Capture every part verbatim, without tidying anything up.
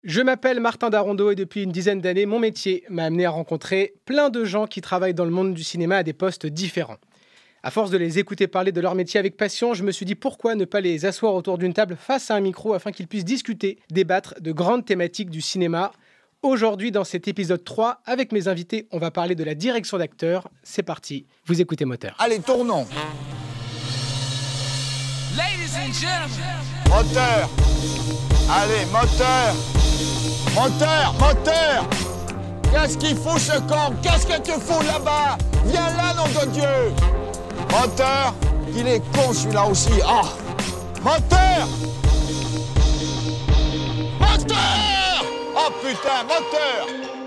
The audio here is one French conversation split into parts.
Je m'appelle Martin Darondeau et depuis une dizaine d'années, mon métier m'a amené à rencontrer plein de gens qui travaillent dans le monde du cinéma à des postes différents. À force de les écouter parler de leur métier avec passion, je me suis dit pourquoi ne pas les asseoir autour d'une table face à un micro afin qu'ils puissent discuter, débattre de grandes thématiques du cinéma. Aujourd'hui, dans cet épisode trois, avec mes invités, on va parler de la direction d'acteurs. C'est parti, vous écoutez Moteur. Allez, tournons. Ladies and gentlemen. Moteur. Allez, moteur. Moteur, moteur. Qu'est-ce qu'il fout ce con? Qu'est-ce que tu fous là-bas? Viens là, nom de Dieu. Moteur. Il est con celui-là aussi. Ah. Moteur. Moteur. Oh putain, moteur.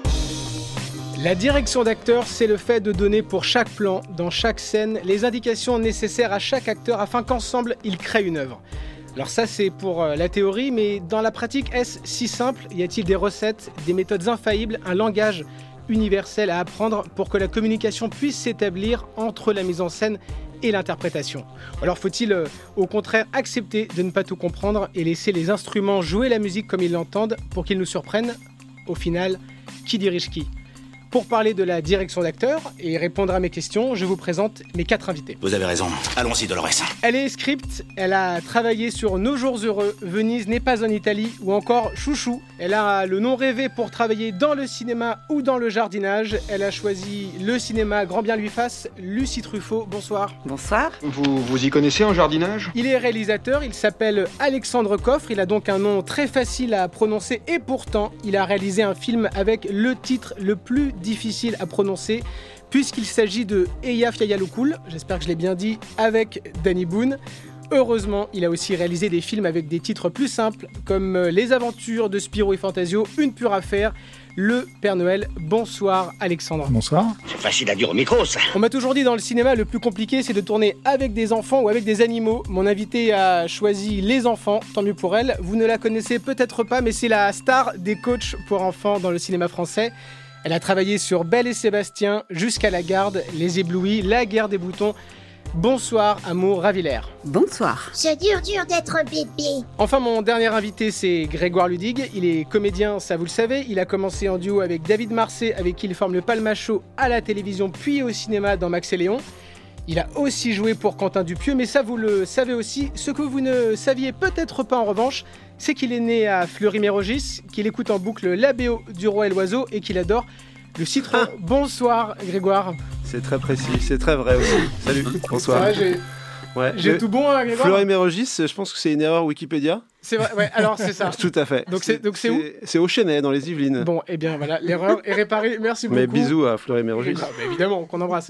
La direction d'acteur, c'est le fait de donner pour chaque plan, dans chaque scène, les indications nécessaires à chaque acteur afin qu'ensemble, ils créent une œuvre. Alors ça, c'est pour la théorie, mais dans la pratique, est-ce si simple? Y a-t-il des recettes, des méthodes infaillibles, un langage universel à apprendre pour que la communication puisse s'établir entre la mise en scène et l'interprétation? Alors faut-il euh, au contraire accepter de ne pas tout comprendre et laisser les instruments jouer la musique comme ils l'entendent pour qu'ils nous surprennent? Au final, qui dirige qui? Pour parler de la direction d'acteur et répondre à mes questions, je vous présente mes quatre invités. Vous avez raison. Allons-y, Dolores. Elle est script, elle a travaillé sur Nos jours heureux, Venise n'est pas en Italie ou encore Chouchou. Elle a le nom rêvé pour travailler dans le cinéma ou dans le jardinage. Elle a choisi le cinéma, grand bien lui fasse. Lucie Truffaut, bonsoir. Bonsoir. Vous, vous y connaissez en jardinage? Il est réalisateur, il s'appelle Alexandre Coffre, il a donc un nom très facile à prononcer et pourtant, il a réalisé un film avec le titre le plus difficile à prononcer puisqu'il s'agit de Eya Fiayaloukoul, j'espère que je l'ai bien dit, avec Danny Boone. Heureusement, il a aussi réalisé des films avec des titres plus simples comme Les Aventures de Spirou et Fantasio, Une pure affaire, Le Père Noël. Bonsoir Alexandre. Bonsoir. C'est facile à dire au micro, ça. On m'a toujours dit dans le cinéma, le plus compliqué c'est de tourner avec des enfants ou avec des animaux. Mon invité a choisi les enfants, tant mieux pour elle. Vous ne la connaissez peut-être pas, mais c'est la star des coachs pour enfants dans le cinéma français. Elle a travaillé sur Belle et Sébastien, Jusqu'à la garde, Les éblouis, La guerre des boutons. Bonsoir, Amour Ravillère. Bonsoir. C'est dur, dur d'être un bébé. Enfin, mon dernier invité, c'est Grégoire Ludig. Il est comédien, ça vous le savez. Il a commencé en duo avec David Marsay, avec qui il forme le Palma Show à la télévision, puis au cinéma dans Max et Léon. Il a aussi joué pour Quentin Dupieux, mais ça, vous le savez aussi. Ce que vous ne saviez peut-être pas, en revanche, c'est qu'il est né à Fleury-Mérogis, qu'il écoute en boucle la B O du Roi et l'Oiseau et qu'il adore le citron. Ah. Bonsoir, Grégoire. C'est très précis, c'est très vrai aussi. Salut, bonsoir. Ça va, j'ai ouais. j'ai Le... tout bon, hein, Grégoire. Fleury-Mérogis, je pense que c'est une erreur Wikipédia. C'est vrai, ouais, alors c'est ça. Tout à fait. Donc c'est, donc c'est, c'est où? C'est au Chênay, dans les Yvelines. Bon, eh bien voilà, l'erreur est réparée. Merci beaucoup. Mais bisous à Fleury-Mérogis. Ah, bah, évidemment, qu'on embrasse.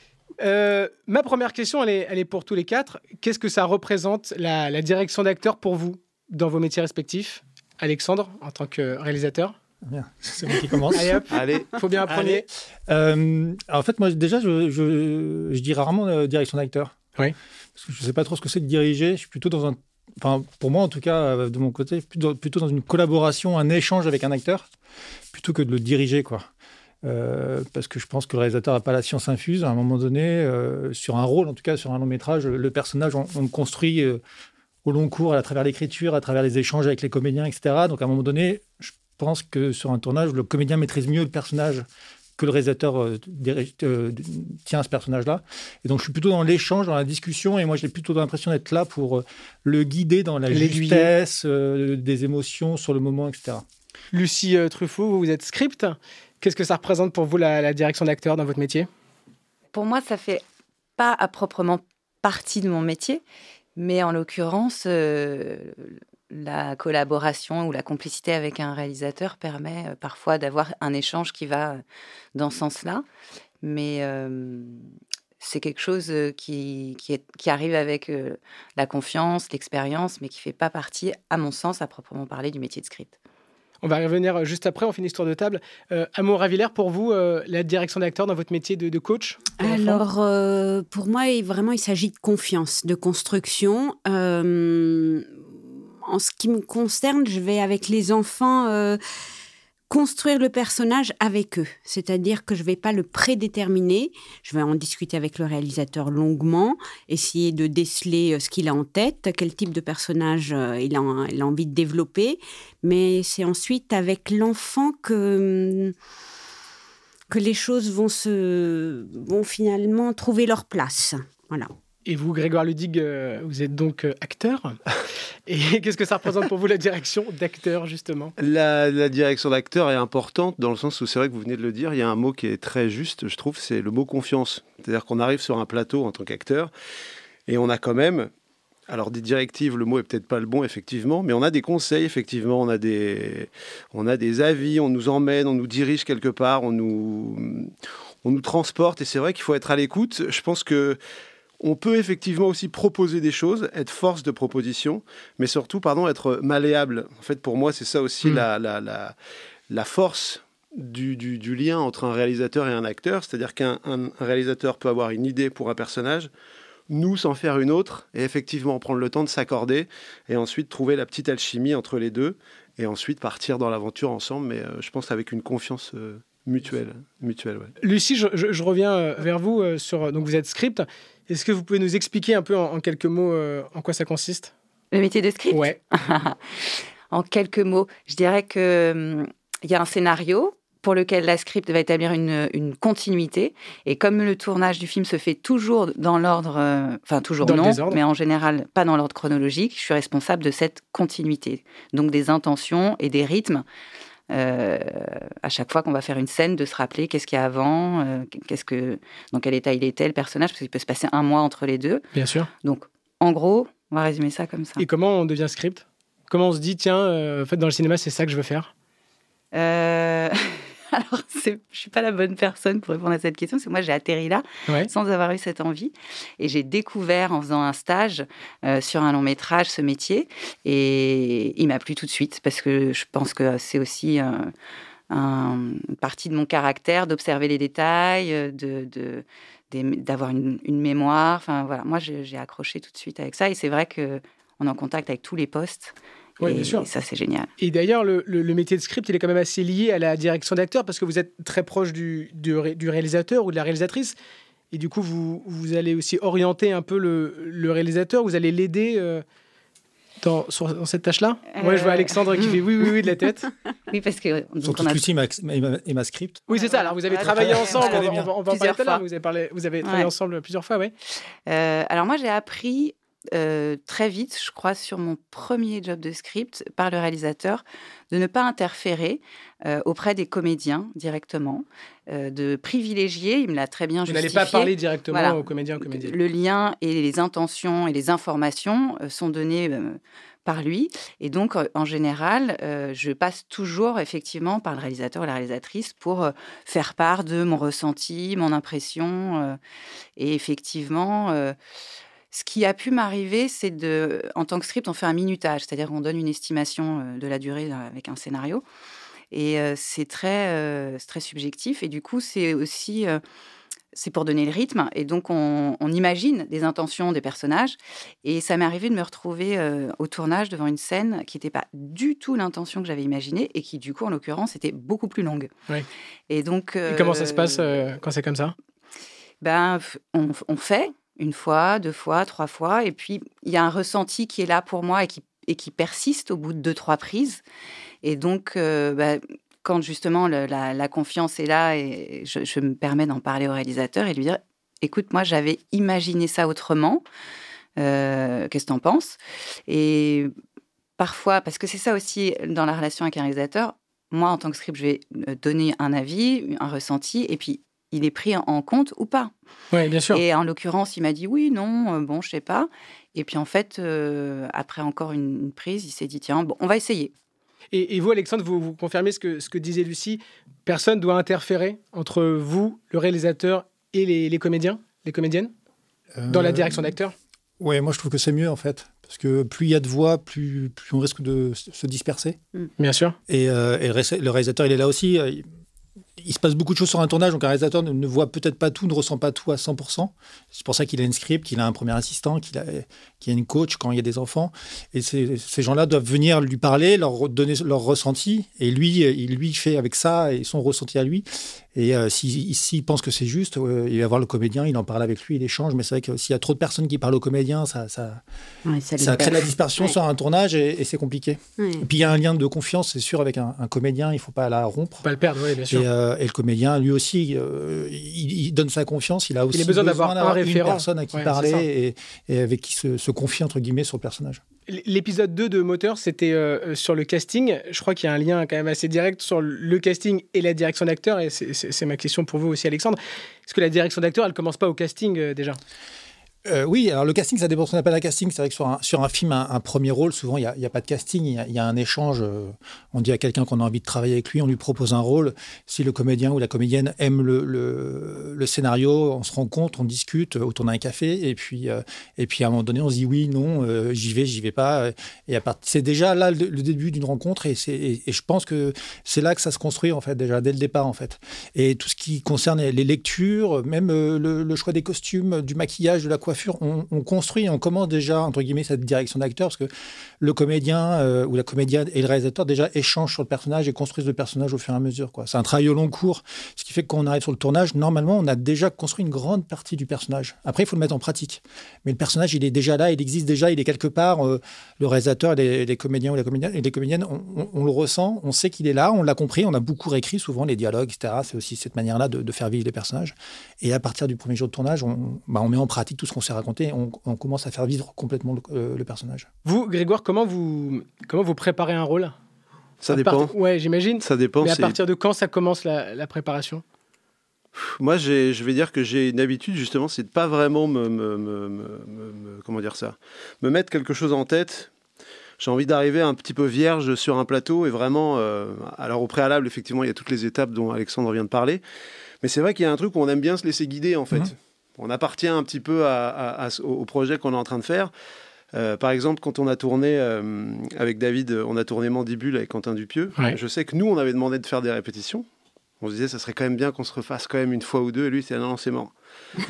Euh, ma première question, elle est, elle est pour tous les quatre. Qu'est-ce que ça représente, la, la direction d'acteur pour vous, dans vos métiers respectifs? Alexandre, en tant que réalisateur. Bien, c'est moi qui commence. Allez hop, allez, faut bien un premier. Euh, en fait, moi, déjà, je, je, je dis rarement euh, direction d'acteur. Oui. Parce que je ne sais pas trop ce que c'est de diriger. Je suis plutôt dans un... Enfin, pour moi, en tout cas, de mon côté, plutôt, plutôt dans une collaboration, un échange avec un acteur, plutôt que de le diriger, quoi. Euh, parce que je pense que le réalisateur n'a pas la science infuse. À un moment donné, euh, sur un rôle, en tout cas sur un long métrage, le personnage, on, on le construit euh, au long cours, à travers l'écriture, à travers les échanges avec les comédiens, et cetera. Donc à un moment donné, je pense que sur un tournage, le comédien maîtrise mieux le personnage que le réalisateur euh, dirige, euh, tient à ce personnage-là. Et donc je suis plutôt dans l'échange, dans la discussion, et moi j'ai plutôt l'impression d'être là pour euh, le guider dans la L'aiguiller. justesse euh, des émotions sur le moment, et cetera. Lucie euh, Truffaut, vous êtes script. Qu'est-ce que ça représente pour vous, la, la direction d'acteur dans votre métier? Pour moi, ça fait pas à proprement partie de mon métier, mais en l'occurrence, euh, la collaboration ou la complicité avec un réalisateur permet euh, parfois d'avoir un échange qui va dans ce sens-là. Mais euh, c'est quelque chose qui, qui, est, qui arrive avec euh, la confiance, l'expérience, mais qui ne fait pas partie, à mon sens, à proprement parler, du métier de script. On va y revenir juste après, on finit ce tour de table. Euh, Amour Ravillère, pour vous, euh, la direction d'acteur dans votre métier de, de coach? Alors, euh, pour moi, il, vraiment, il s'agit de confiance, de construction. Euh, en ce qui me concerne, je vais avec les enfants... Euh, construire le personnage avec eux. C'est-à-dire que je ne vais pas le prédéterminer. Je vais en discuter avec le réalisateur longuement, essayer de déceler ce qu'il a en tête, quel type de personnage il a, il a envie de développer. Mais c'est ensuite avec l'enfant que, que les choses vont, se, vont finalement trouver leur place. Voilà. Et vous, Grégoire Ludig, vous êtes donc acteur. Et qu'est-ce que ça représente pour vous, la direction d'acteur, justement ? la, la direction d'acteur est importante dans le sens où, c'est vrai que vous venez de le dire, il y a un mot qui est très juste, je trouve, c'est le mot confiance. C'est-à-dire qu'on arrive sur un plateau en tant qu'acteur et on a quand même, alors des directives, le mot est peut-être pas le bon, effectivement, mais on a des conseils, effectivement, on a des, on a des avis, on nous emmène, on nous dirige quelque part, on nous, on nous transporte et c'est vrai qu'il faut être à l'écoute. Je pense que on peut effectivement aussi proposer des choses, être force de proposition, mais surtout, pardon, être malléable. En fait, pour moi, c'est ça aussi mmh. la, la, la, la force du, du, du lien entre un réalisateur et un acteur. C'est-à-dire qu'un un, un réalisateur peut avoir une idée pour un personnage, nous s'en faire une autre, et effectivement prendre le temps de s'accorder, et ensuite trouver la petite alchimie entre les deux, et ensuite partir dans l'aventure ensemble, mais euh, je pense avec une confiance euh, mutuelle. mutuelle ouais. Lucie, je, je, je reviens vers vous. Euh, sur, donc vous êtes script. Est-ce que vous pouvez nous expliquer un peu en, en quelques mots euh, en quoi ça consiste ? Le métier de script ? Ouais. En quelques mots, je dirais qu'il hum, y a un scénario pour lequel la script va établir une, une continuité. Et comme le tournage du film se fait toujours dans l'ordre, euh, enfin toujours dans non, le mais en général pas dans l'ordre chronologique, je suis responsable de cette continuité. Donc des intentions et des rythmes. Euh, à chaque fois qu'on va faire une scène, de se rappeler qu'est-ce qu'il y a avant, euh, qu'est-ce que, dans quel état il était, le personnage, parce qu'il peut se passer un mois entre les deux. Bien sûr. Donc, en gros, on va résumer ça comme ça. Et comment on devient script ? Comment on se dit, tiens, euh, en fait, dans le cinéma, c'est ça que je veux faire ? euh... Alors, c'est... je ne suis pas la bonne personne pour répondre à cette question, parce que moi, j'ai atterri là, ouais. sans avoir eu cette envie. Et j'ai découvert, en faisant un stage euh, sur un long métrage, ce métier. Et il m'a plu tout de suite, parce que je pense que c'est aussi euh, un, une partie de mon caractère, d'observer les détails, de, de, de, d'avoir une, une mémoire. Enfin, voilà. Moi, j'ai, j'ai accroché tout de suite avec ça. Et c'est vrai qu'on est en contact avec tous les postes. Oui, et, bien sûr. Et ça, c'est génial. Et d'ailleurs, le, le, le métier de script, il est quand même assez lié à la direction d'acteur parce que vous êtes très proche du, du, du réalisateur ou de la réalisatrice. Et du coup, vous, vous allez aussi orienter un peu le, le réalisateur. Vous allez l'aider euh, dans, sur, dans cette tâche-là. euh... Moi, je vois Alexandre qui fait oui, oui, oui de la tête. Oui, parce que... Surtout a... Lucie et ma script. Oui, c'est ça. Alors, vous avez ouais, travaillé ensemble. On, on, on va en parler tout à l'heure. Vous avez, parlé, vous avez travaillé ouais. ensemble plusieurs fois, oui. Euh, alors, moi, j'ai appris... Euh, très vite, je crois, sur mon premier job de script, par le réalisateur, de ne pas interférer euh, auprès des comédiens directement, euh, de privilégier, il me l'a très bien Vous justifié. Vous n'allez pas parler directement voilà, aux comédiens aux comédiennes. Le lien et les intentions et les informations euh, sont donnés euh, par lui. Et donc, euh, en général, euh, je passe toujours, effectivement, par le réalisateur ou la réalisatrice pour euh, faire part de mon ressenti, mon impression. Euh, et effectivement... Euh, Ce qui a pu m'arriver, c'est de, en tant que script, on fait un minutage, c'est-à-dire qu'on donne une estimation de la durée avec un scénario, et euh, c'est très, euh, c'est très subjectif. Et du coup, c'est aussi, euh, c'est pour donner le rythme, et donc on, on imagine des intentions des personnages. Et ça m'est arrivé de me retrouver euh, au tournage devant une scène qui n'était pas du tout l'intention que j'avais imaginée, et qui, du coup, en l'occurrence, était beaucoup plus longue. Oui. Et donc, euh, et comment ça se passe euh, quand c'est comme ça ? Ben, on, on fait. Une fois, deux fois, trois fois. Et puis, il y a un ressenti qui est là pour moi et qui, et qui persiste au bout de deux, trois prises. Et donc, euh, bah, quand justement le, la, la confiance est là, et je, je me permets d'en parler au réalisateur et lui dire, écoute, moi, j'avais imaginé ça autrement. Euh, qu'est-ce que t'en penses ? Et parfois, parce que c'est ça aussi dans la relation avec un réalisateur, moi, en tant que script, je vais donner un avis, un ressenti, et puis il est pris en compte ou pas. Oui, bien sûr. Et en l'occurrence, il m'a dit oui, non, euh, bon, je sais pas. Et puis en fait, euh, après encore une, une prise, il s'est dit tiens, bon, on va essayer. Et, et vous, Alexandre, vous, vous confirmez ce que, ce que disait Lucie, personne doit interférer entre vous, le réalisateur, et les, les comédiens, les comédiennes, euh... dans la direction d'acteur ? Oui, moi je trouve que c'est mieux en fait. Parce que plus il y a de voix, plus, plus on risque de se disperser. Bien sûr. Et, euh, et le réalisateur, il est là aussi. Il il se passe beaucoup de choses sur un tournage, donc un réalisateur ne, ne voit peut-être pas tout, ne ressent pas tout à cent pour cent. C'est pour ça qu'il a une script, qu'il a un premier assistant, qu'il a, qu'il a une coach quand il y a des enfants. Et ces, ces gens-là doivent venir lui parler, leur donner leur ressenti. Et lui, il lui fait avec ça et son ressenti à lui. Et euh, s'il, s'il pense que c'est juste, euh, il va voir le comédien, il en parle avec lui, il échange. Mais c'est vrai que s'il y a trop de personnes qui parlent au comédien, ça, ça, ouais, ça, ça crée de la dispersion ouais. sur un tournage et, et c'est compliqué. Ouais. Et puis il y a un lien de confiance, c'est sûr, avec un, un comédien, il ne faut pas la rompre. Faut pas le perdre, oui, bien sûr. Et, euh, et le comédien, lui aussi, euh, il, il donne sa confiance, il a aussi il a besoin, besoin d'avoir, d'avoir un une référent. personne à qui ouais, parler et, et avec qui se, se confier, entre guillemets, sur le personnage. L'épisode deux de Moteur, c'était euh, sur le casting. Je crois qu'il y a un lien quand même assez direct sur le casting et la direction d'acteur. Et c'est, c'est, c'est ma question pour vous aussi, Alexandre. Est-ce que la direction d'acteur, elle ne commence pas au casting euh, déjà ? Euh, oui, alors le casting, ça dépend de ce qu'on appelle un casting. C'est vrai que sur un, sur un film, un, un premier rôle, souvent, il n'y a, a pas de casting, il y, y a un échange. Euh, on dit à quelqu'un qu'on a envie de travailler avec lui, on lui propose un rôle. Si le comédien ou la comédienne aime le, le, le scénario, on se rencontre, on discute autour d'un café. Et puis, euh, et puis à un moment donné, on se dit oui, non, euh, j'y vais, j'y vais pas. Et à part... c'est déjà là le, le début d'une rencontre. Et, c'est, et, et je pense que c'est là que ça se construit, en fait, déjà, dès le départ, en fait. Et tout ce qui concerne les lectures, même euh, le, le choix des costumes, du maquillage, de la coiffure, On, on construit, on commence déjà, entre guillemets, cette direction d'acteur, parce que le comédien euh, ou la comédienne et le réalisateur déjà échangent sur le personnage et construisent le personnage au fur et à mesure, quoi. C'est un travail au long cours, ce qui fait que quand on arrive sur le tournage, normalement, on a déjà construit une grande partie du personnage. Après, il faut le mettre en pratique. Mais le personnage, il est déjà là, il existe déjà, il est quelque part. Euh, le réalisateur, les, les comédiens ou les comédiennes, et les comédiennes on, on, on le ressent, on sait qu'il est là, on l'a compris, on a beaucoup réécrit souvent les dialogues, et cetera. C'est aussi cette manière-là de, de faire vivre les personnages. Et à partir du premier jour de tournage, on, bah, on met en pratique tout ce qu'on s'est raconté, on, on commence à faire vivre complètement le, euh, le personnage. Vous, Grégoire, comment vous, comment vous préparez un rôle ? Ça à dépend. Part... Ouais, j'imagine. Ça dépend. Mais à c'est... partir de quand ça commence la, la préparation ? Moi, j'ai, je vais dire que j'ai une habitude, justement, c'est de pas vraiment me, me, me, me, me comment dire ça, me mettre quelque chose en tête. J'ai envie d'arriver un petit peu vierge sur un plateau et vraiment, euh, alors au préalable, effectivement, il y a toutes les étapes dont Alexandre vient de parler. Mais c'est vrai qu'il y a un truc où on aime bien se laisser guider, en fait. Mmh. On appartient un petit peu à, à, à, au projet qu'on est en train de faire. Euh, par exemple, quand on a tourné euh, avec David, on a tourné Mandibule avec Quentin Dupieux. Ouais. Je sais que nous, on avait demandé de faire des répétitions. On se disait, ça serait quand même bien qu'on se refasse quand même une fois ou deux. Et lui, c'est non, non, c'est mort.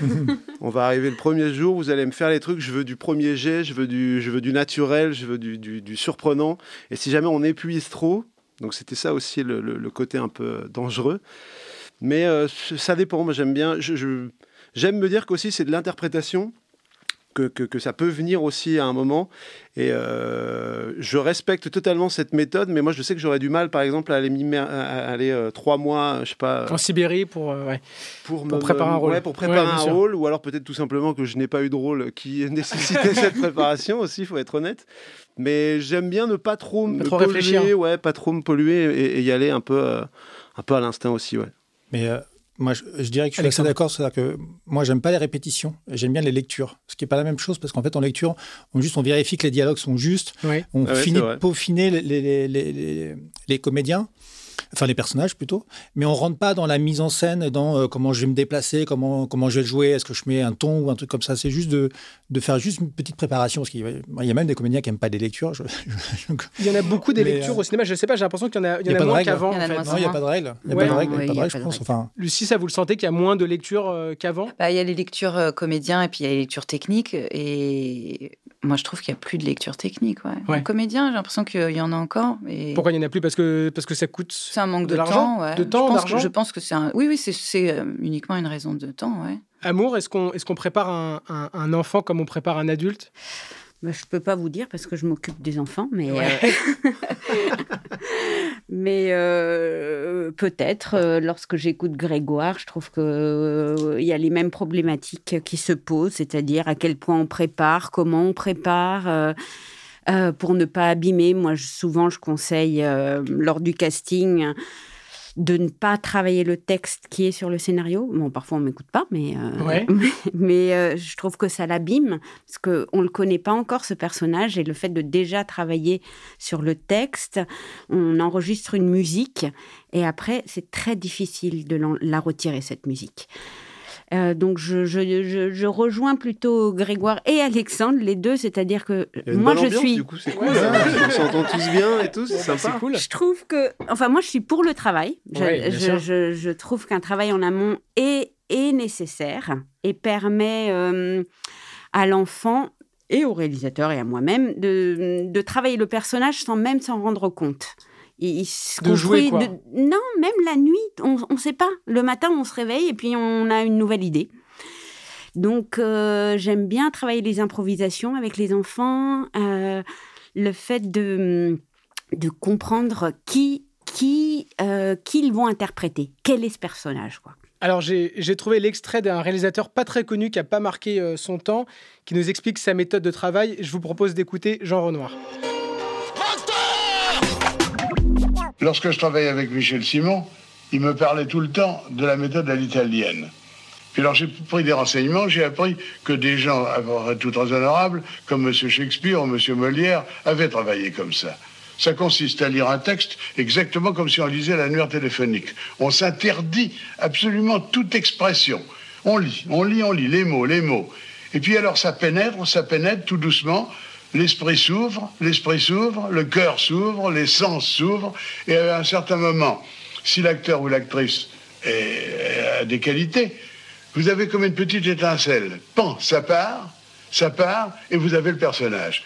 On va arriver le premier jour, vous allez me faire les trucs. Je veux du premier jet, je veux du, je veux du naturel, je veux du, du, du surprenant. Et si jamais on épuise trop, donc c'était ça aussi le, le, le côté un peu dangereux. Mais euh, ça dépend. Moi, j'aime bien. Je, je, j'aime me dire qu'aussi c'est de l'interprétation. Que, que, que ça peut venir aussi à un moment. Et euh, je respecte totalement cette méthode, mais moi, je sais que j'aurais du mal, par exemple, à aller, mimer, à aller euh, trois mois, je sais pas... En Sibérie pour, euh, ouais. pour, pour me, préparer un rôle. Ouais, pour préparer ouais, un sûr. rôle, ou alors peut-être tout simplement que je n'ai pas eu de rôle qui nécessitait cette préparation aussi, il faut être honnête. Mais j'aime bien ne pas trop pas me trop polluer, réfléchir. Ouais, pas trop me polluer et, et y aller un peu, euh, un peu à l'instinct aussi, ouais. Mais... Euh... Moi, je, je dirais que je suis assez d'accord. C'est-à-dire que moi, j'aime pas les répétitions. J'aime bien les lectures. Ce qui n'est pas la même chose parce qu'en fait, en lecture, on, juste, on vérifie que les dialogues sont justes. Oui. On ah finit ouais, de peaufiner les, les, les, les, les comédiens, enfin les personnages plutôt. Mais on ne rentre pas dans la mise en scène, dans euh, comment je vais me déplacer, comment, comment je vais le jouer, est-ce que je mets un ton ou un truc comme ça. C'est juste de, de faire juste une petite préparation. Parce qu'il y a même des comédiens qui n'aiment pas des lectures. Je, je, je... Il y en a beaucoup des mais lectures euh... au cinéma. Je ne sais pas, j'ai l'impression qu'il y en a, il y en a, a moins qu'avant. Il en fait. Non, il n'y a pas de règle. Il n'y a ouais, pas de règle, ouais, pas de règle, je pense. Enfin... Lucie, ça, vous le sentez qu'il y a moins de lectures euh, qu'avant ? Bah, il y a les lectures euh, comédiens et puis il y a les lectures techniques. Et moi, je trouve qu'il n'y a plus de lecture technique. Ouais. Ouais. Comédien, j'ai l'impression qu'il y en a encore. Et... Pourquoi il n'y en a plus ? Parce que, parce que ça coûte c'est un manque de, de l'argent, temps. Ouais. De temps, je pense d'argent que, Je pense que c'est un... Oui, oui, c'est, c'est euh, uniquement une raison de temps, ouais. Amour, est-ce qu'on, est-ce qu'on prépare un, un, un enfant comme on prépare un adulte ? Ben, je ne peux pas vous dire parce que je m'occupe des enfants, mais, ouais. euh... mais euh, peut-être, euh, lorsque j'écoute Grégoire, je trouve qu'il euh, y a les mêmes problématiques qui se posent, c'est-à-dire à quel point on prépare, comment on prépare, euh, euh, pour ne pas abîmer. Moi, je, souvent, je conseille, euh, lors du casting, de ne pas travailler le texte qui est sur le scénario. Bon, parfois, on ne m'écoute pas, mais, euh, ouais. mais, mais euh, je trouve que ça l'abîme, parce qu'on ne le connaît pas encore, ce personnage, et le fait de déjà travailler sur le texte, on enregistre une musique, et après, c'est très difficile de la retirer, cette musique. Euh, donc, je, je, je, je rejoins plutôt Grégoire et Alexandre, les deux, c'est-à-dire que moi, je ambiance, suis... Du coup, c'est cool, hein. On s'entend tous bien et tout, c'est sympa. C'est cool. Je trouve que... Enfin, moi, je suis pour le travail. Je, Ouais, bien sûr. je, je, je trouve qu'un travail en amont est, est nécessaire et permet euh, à l'enfant et au réalisateur et à moi-même de, de travailler le personnage sans même s'en rendre compte. Il, il se De jouer, construit quoi. de- Non, même la nuit, on ne sait pas. Le matin, on se réveille et puis on a une nouvelle idée. Donc, euh, j'aime bien travailler les improvisations avec les enfants, euh, le fait de, de comprendre qui, qui, euh, qui ils vont interpréter, quel est ce personnage, quoi. Alors, j'ai j'ai trouvé l'extrait d'un réalisateur pas très connu qui n'a pas marqué euh, son temps, qui nous explique sa méthode de travail. Je vous propose d'écouter Jean Renoir. Lorsque je travaillais avec Michel Simon, il me parlait tout le temps de la méthode à l'italienne. Puis alors j'ai pris des renseignements, j'ai appris que des gens, à tout très honorables, comme M. Shakespeare ou M. Molière, avaient travaillé comme ça. Ça consiste à lire un texte exactement comme si on lisait l'annuaire téléphonique. On s'interdit absolument toute expression. On lit, on lit, on lit, les mots, les mots. Et puis alors ça pénètre, ça pénètre tout doucement. L'esprit s'ouvre, l'esprit s'ouvre, le cœur s'ouvre, les sens s'ouvrent. Et à un certain moment, si l'acteur ou l'actrice est- a des qualités, vous avez comme une petite étincelle. Pan, ça part, ça part, et vous avez le personnage.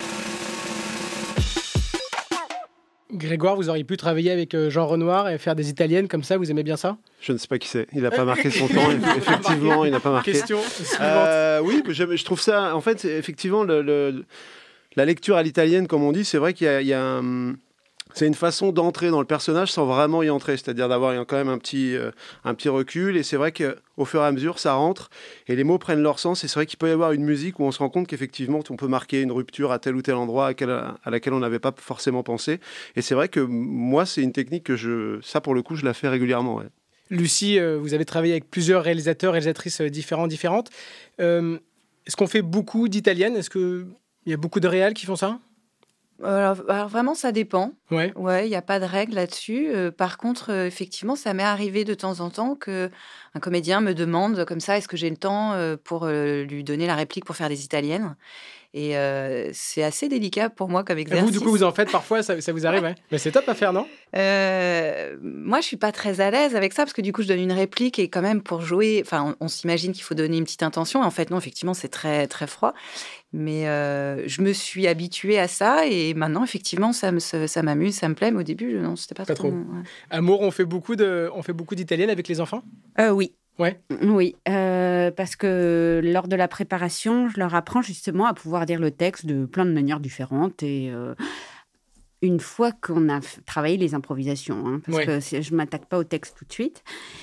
Grégoire, vous auriez pu travailler avec euh, Jean Renoir et faire des italiennes comme ça, vous aimez bien ça? Je ne sais pas qui c'est. Il n'a pas marqué son temps. Effectivement, il n'a pas marqué. Question suivante. Euh, oui, je, je trouve ça. En fait, c'est effectivement, le, le- la lecture à l'italienne, comme on dit, c'est vrai qu'il y a, il y a un- c'est une façon d'entrer dans le personnage sans vraiment y entrer, c'est-à-dire d'avoir quand même un petit, euh, un petit recul. Et c'est vrai qu'au fur et à mesure, ça rentre et les mots prennent leur sens. Et c'est vrai qu'il peut y avoir une musique où on se rend compte qu'effectivement, on peut marquer une rupture à tel ou tel endroit à, quel- à laquelle on n'avait pas forcément pensé. Et c'est vrai que moi, c'est une technique que je, ça pour le coup, je la fais régulièrement. Ouais. Lucie, euh, vous avez travaillé avec plusieurs réalisateurs, réalisatrices euh, différents, différentes. Euh, Est-ce qu'on fait beaucoup d'italiennes? Est-ce qu'il y a beaucoup de réals qui font ça? Alors, alors vraiment, ça dépend. Ouais. Ouais, il n'y a pas de règle là-dessus. Euh, par contre, euh, effectivement, ça m'est arrivé de temps en temps que un comédien me demande comme ça, est-ce que j'ai le temps euh, pour euh, lui donner la réplique pour faire des italiennes? Et euh, c'est assez délicat pour moi comme Et exercice. vous, du coup, vous en faites parfois, ça, ça vous arrive, ouais. Mais c'est top à faire, non? Euh, moi, je suis pas très à l'aise avec ça parce que du coup, je donne une réplique et quand même pour jouer, enfin, on, on s'imagine qu'il faut donner une petite intention. En fait, non, effectivement, c'est très très froid. Mais euh, je me suis habituée à ça et maintenant, effectivement, ça me ça, ça m'amuse, ça me plaît. Mais au début, je- non, c'était pas, Pas trop. mon- ouais. Amour, on fait beaucoup de, on fait beaucoup d'italiennes avec les enfants? Euh, oui. Ouais. Oui, euh, parce que lors de la préparation, je leur apprends justement à pouvoir dire le texte de plein de manières différentes. Et euh, une fois qu'on a f- travaillé les improvisations, hein, parce Ouais. que c'est- je ne m'attaque pas au texte tout de suite.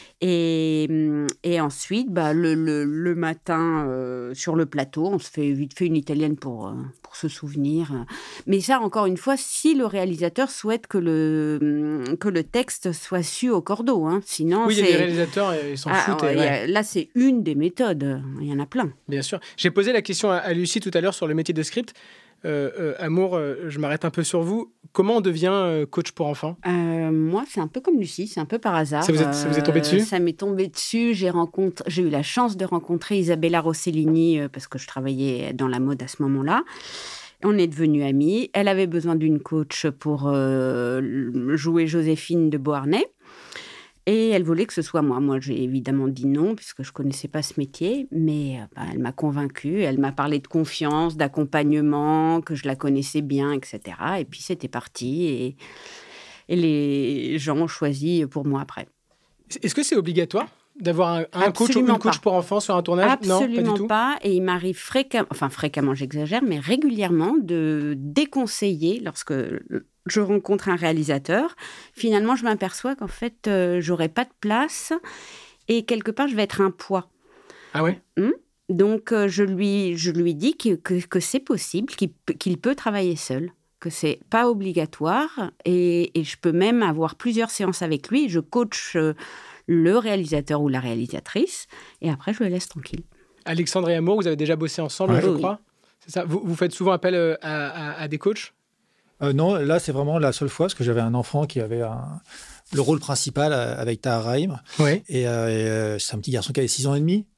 Et, hum, et ensuite, bah, le, le, le matin, euh, sur le plateau, on se fait vite fait une italienne pour, euh, pour se souvenir. Mais ça, encore une fois, si le réalisateur souhaite que le, hum, que le texte soit su au cordeau. Hein. Sinon, Oui, il y a c'est... des réalisateurs, euh, ils s'en Ah, foutent. ouais, et il y ouais. a- là, c'est une des méthodes. Il y en a plein. Bien sûr. J'ai posé la question à, à Lucie tout à l'heure sur le métier de script. Euh, euh, Amour, euh, je m'arrête un peu sur vous. Comment on devient euh, coach pour enfants? Euh, moi, c'est un peu comme Lucie, c'est un peu par hasard. Ça vous est- ça vous est tombé dessus? Euh, Ça m'est tombé dessus. J'ai rencontré, j'ai eu la chance de rencontrer Isabella Rossellini euh, parce que je travaillais dans la mode à ce moment-là. On est devenus amis. Elle avait besoin d'une coach pour euh, jouer Joséphine de Beauharnais. Et elle voulait que ce soit moi. Moi, j'ai évidemment dit non, puisque je ne connaissais pas ce métier. Mais euh, bah, elle m'a convaincue. Elle m'a parlé de confiance, d'accompagnement, que je la connaissais bien, et cetera. Et puis, c'était parti. Et, et les gens ont choisi pour moi après. Est-ce que c'est obligatoire d'avoir un, un coach ou Absolument une coach pas. pour enfants sur un tournage? Non, pas du Absolument tout. pas. Et il m'arrive fréquemment, enfin fréquemment, j'exagère, mais régulièrement de déconseiller lorsque je rencontre un réalisateur. Finalement, je m'aperçois qu'en fait, euh, j'aurai pas de place et quelque part, je vais être un poids. Ah ouais? Hum Donc, euh, je lui, je lui dis que, que, que c'est possible, qu'il, peut- qu'il peut travailler seul, que c'est pas obligatoire et, et je peux même avoir plusieurs séances avec lui. Je coach euh, le réalisateur ou la réalisatrice et après, je le laisse tranquille. Alexandre et Amour, vous avez déjà bossé ensemble, Ouais. je Oui. crois. C'est ça. Vous, vous faites souvent appel euh, à, à- à des coachs? Euh, non, là, c'est vraiment la seule fois, parce que j'avais un enfant qui avait un- le rôle principal euh, avec Tahar Rahim. Oui. Et, euh, et, euh, c'est un petit garçon qui avait six ans et demi.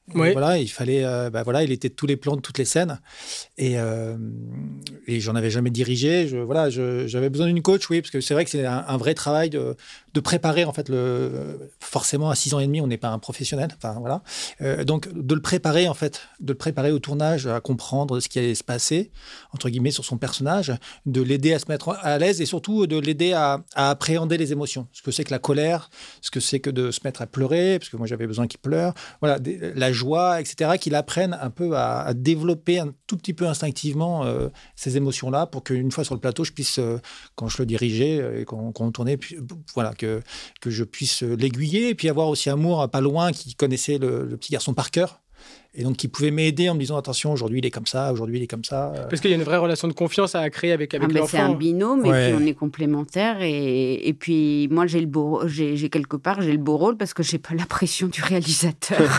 Oui. Voilà, il fallait, euh, bah voilà, il était de tous les plans, de toutes les scènes, et, euh, et j'en avais jamais dirigé. Je, voilà, je, j'avais besoin d'une coach, oui, parce que c'est vrai que c'est un, un vrai travail de, de préparer en fait le. Forcément, à six ans et demi, on n'est pas un professionnel, enfin voilà. Euh, donc de le préparer en fait, de le préparer au tournage, à comprendre ce qui allait se passer entre guillemets sur son personnage, de l'aider à se mettre à l'aise et surtout de l'aider à, à appréhender les émotions. Ce que c'est que la colère, ce que c'est que de se mettre à pleurer, parce que moi j'avais besoin qu'il pleure. Voilà, des, la joie, et cetera, qu'il apprenne un peu à, à développer un tout petit peu instinctivement euh, ces émotions-là pour qu'une fois sur le plateau, je puisse, euh, quand je le dirigeais euh, et qu'on, qu'on tournait, puis, voilà, que, que je puisse l'aiguiller et puis avoir aussi Amour pas loin qui connaissait le, le petit garçon par cœur. Et donc, qui pouvait m'aider en me disant attention, aujourd'hui il est comme ça, aujourd'hui il est comme ça. Parce qu'il y a une vraie relation de confiance à créer avec, avec ah ben l'enfant. C'est un binôme, ouais. Et puis on est complémentaires. Et, et puis moi, j'ai, le beau, j'ai, j'ai quelque part, j'ai le beau rôle parce que je n'ai pas la pression du réalisateur.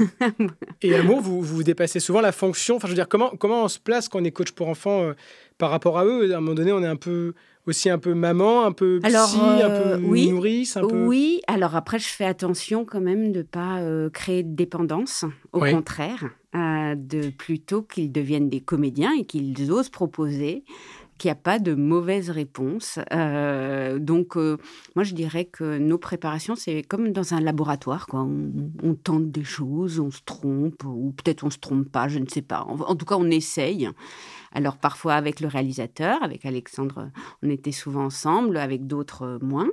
Et Amour, vous, vous dépassez souvent la fonction. Enfin, je veux dire, comment, comment on se place quand on est coach pour enfants euh, par rapport à eux? À un moment donné, on est un peu... aussi un peu maman, un peu psy, alors, euh, un peu oui, nourrice, un peu... Oui, alors après, je fais attention quand même de ne pas euh, créer de dépendance. Au oui. contraire, euh, de plutôt qu'ils deviennent des comédiens et qu'ils osent proposer, qu'il n'y a pas de mauvaise réponse. Euh, donc, euh, moi, je dirais que nos préparations, c'est comme dans un laboratoire, quoi. On, on tente des choses, on se trompe, ou peut-être on ne se trompe pas, je ne sais pas. En, en tout cas, on essaye. Alors, parfois avec le réalisateur, avec Alexandre, on était souvent ensemble, avec d'autres euh, moins.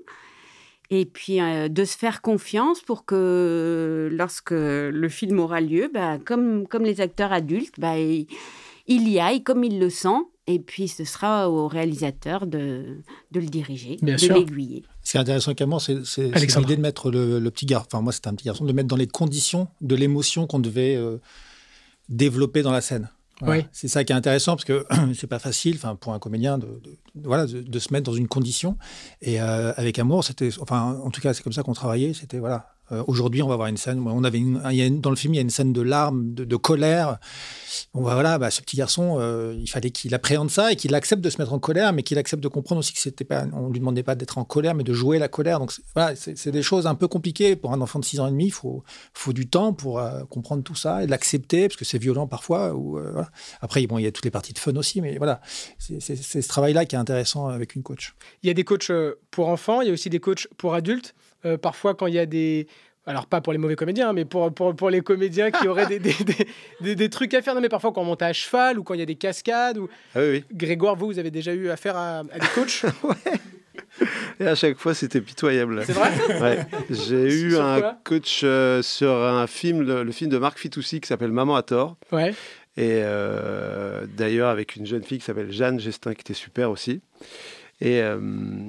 Et puis, euh, de se faire confiance pour que, lorsque le film aura lieu, bah, comme, comme les acteurs adultes, bah, il, il y aille comme il le sent. Et puis, ce sera au réalisateur de, de le diriger, Bien de sûr. l'aiguiller. Ce qui est intéressant avec Amour, c'est, c'est, c'est l'idée de mettre le, le petit garçon, enfin moi c'était un petit garçon, de mettre dans les conditions de l'émotion qu'on devait euh, développer dans la scène. Voilà. Oui. C'est ça qui est intéressant parce que c'est pas facile, enfin pour un comédien de, de, de voilà de, de se mettre dans une condition. Et euh, avec Amour, c'était, enfin en tout cas c'est comme ça qu'on travaillait. C'était voilà. Euh, aujourd'hui, on va avoir une scène. On avait une, il y a une, dans le film, il y a une scène de larmes, de, de colère. Bon, bah, voilà, bah, ce petit garçon, euh, il fallait qu'il appréhende ça et qu'il accepte de se mettre en colère, mais qu'il accepte de comprendre aussi que c'était pas, on lui demandait pas d'être en colère, mais de jouer la colère. Donc c'est, voilà, c'est, c'est des choses un peu compliquées pour un enfant de six ans et demi. Il faut, faut du temps pour euh, comprendre tout ça et l'accepter parce que c'est violent parfois. Ou, euh, voilà. Après, bon, il y a toutes les parties de fun aussi, mais voilà, c'est, c'est, c'est ce travail-là qui est intéressant avec une coach. Il y a des coachs pour enfants, il y a aussi des coachs pour adultes. Euh, parfois, quand il y a des... Alors, pas pour les mauvais comédiens, mais pour, pour, pour les comédiens qui auraient des, des, des, des, des trucs à faire. Non, mais parfois, quand on monte à cheval ou quand il y a des cascades. Ou... Ah oui, oui. Grégoire, vous, vous avez déjà eu affaire à, à des coachs? Ouais. Et à chaque fois, c'était pitoyable. C'est vrai? Ouais. J'ai eu sur un quoi coach euh, sur un film, le, le film de Marc Fitoussi qui s'appelle Maman à tort. Ouais. Et euh, d'ailleurs, avec une jeune fille qui s'appelle Jeanne Gestin, qui était super aussi. Et... Euh,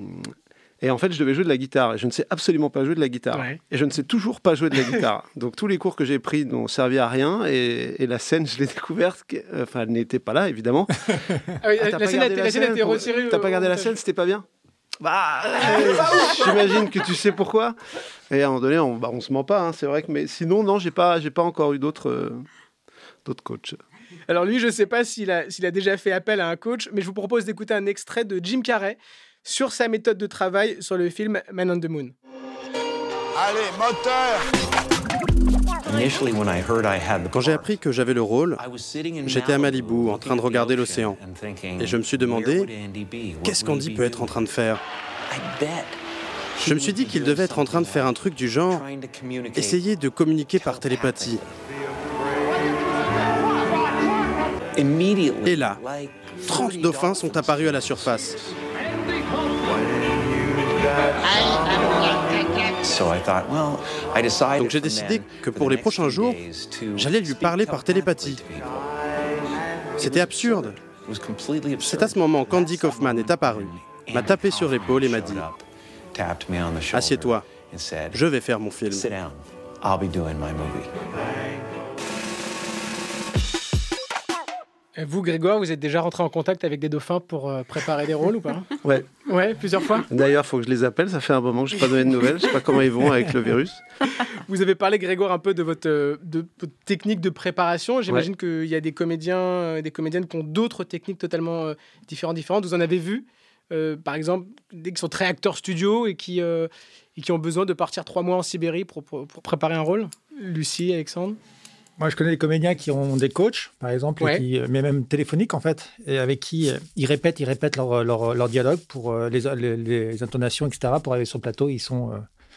Et en fait, je devais jouer de la guitare. Et je ne sais absolument pas jouer de la guitare. Ouais. Et je ne sais toujours pas jouer de la guitare. Donc, tous les cours que j'ai pris n'ont servi à rien. Et, et la scène, je l'ai découverte. Que, enfin, elle n'était pas là, évidemment. Ah oui, ah, la, la, scène a, la scène a été pour... retirée. T'as pas gardé la scène, c'était pas bien? Bah, euh, j'imagine que tu sais pourquoi. Et à un moment donné, on, bah, on se ment pas. Hein, c'est vrai que, mais sinon, non, j'ai pas, j'ai pas encore eu d'autres, euh, d'autres coachs. Alors lui, je ne sais pas s'il a, s'il a déjà fait appel à un coach, mais je vous propose d'écouter un extrait de Jim Carrey sur sa méthode de travail sur le film Man on the Moon. Allez, moteur! Quand j'ai appris que j'avais le rôle, j'étais à Malibu en train de regarder l'océan. Et je me suis demandé, qu'est-ce qu'Andy peut être en train de faire? Je me suis dit qu'il devait être en train de faire un truc du genre, essayer de communiquer par télépathie. Et là, trente dauphins sont apparus à la surface. Donc j'ai décidé que pour les prochains jours, j'allais lui parler par télépathie. C'était absurde. C'est à ce moment qu'Andy Kaufman est apparu, m'a tapé sur l'épaule et m'a dit « Assieds-toi, je vais faire mon film. » Vous, Grégoire, vous êtes déjà rentré en contact avec des dauphins pour euh, préparer des rôles ou pas? Ouais. Ouais, plusieurs fois. D'ailleurs, il faut que je les appelle. Ça fait un moment que je n'ai pas donné de nouvelles. Je ne sais pas comment ils vont avec le virus. Vous avez parlé, Grégoire, un peu de votre, de votre technique de préparation. J'imagine ouais. qu'il y a des comédiens, euh, des comédiennes qui ont d'autres techniques totalement euh, différentes, différentes. Vous en avez vu, euh, par exemple, des qui sont très acteurs studio et qui, euh, et qui ont besoin de partir trois mois en Sibérie pour, pour, pour préparer un rôle. Lucie, Alexandre? Moi, je connais des comédiens qui ont des coachs, par exemple, Ouais. qui, mais même téléphoniques, en fait, et avec qui euh, ils répètent, ils répètent leur, leur, leur dialogue pour euh, les, les, les intonations, et cetera. Pour arriver sur le plateau, ils sont, euh,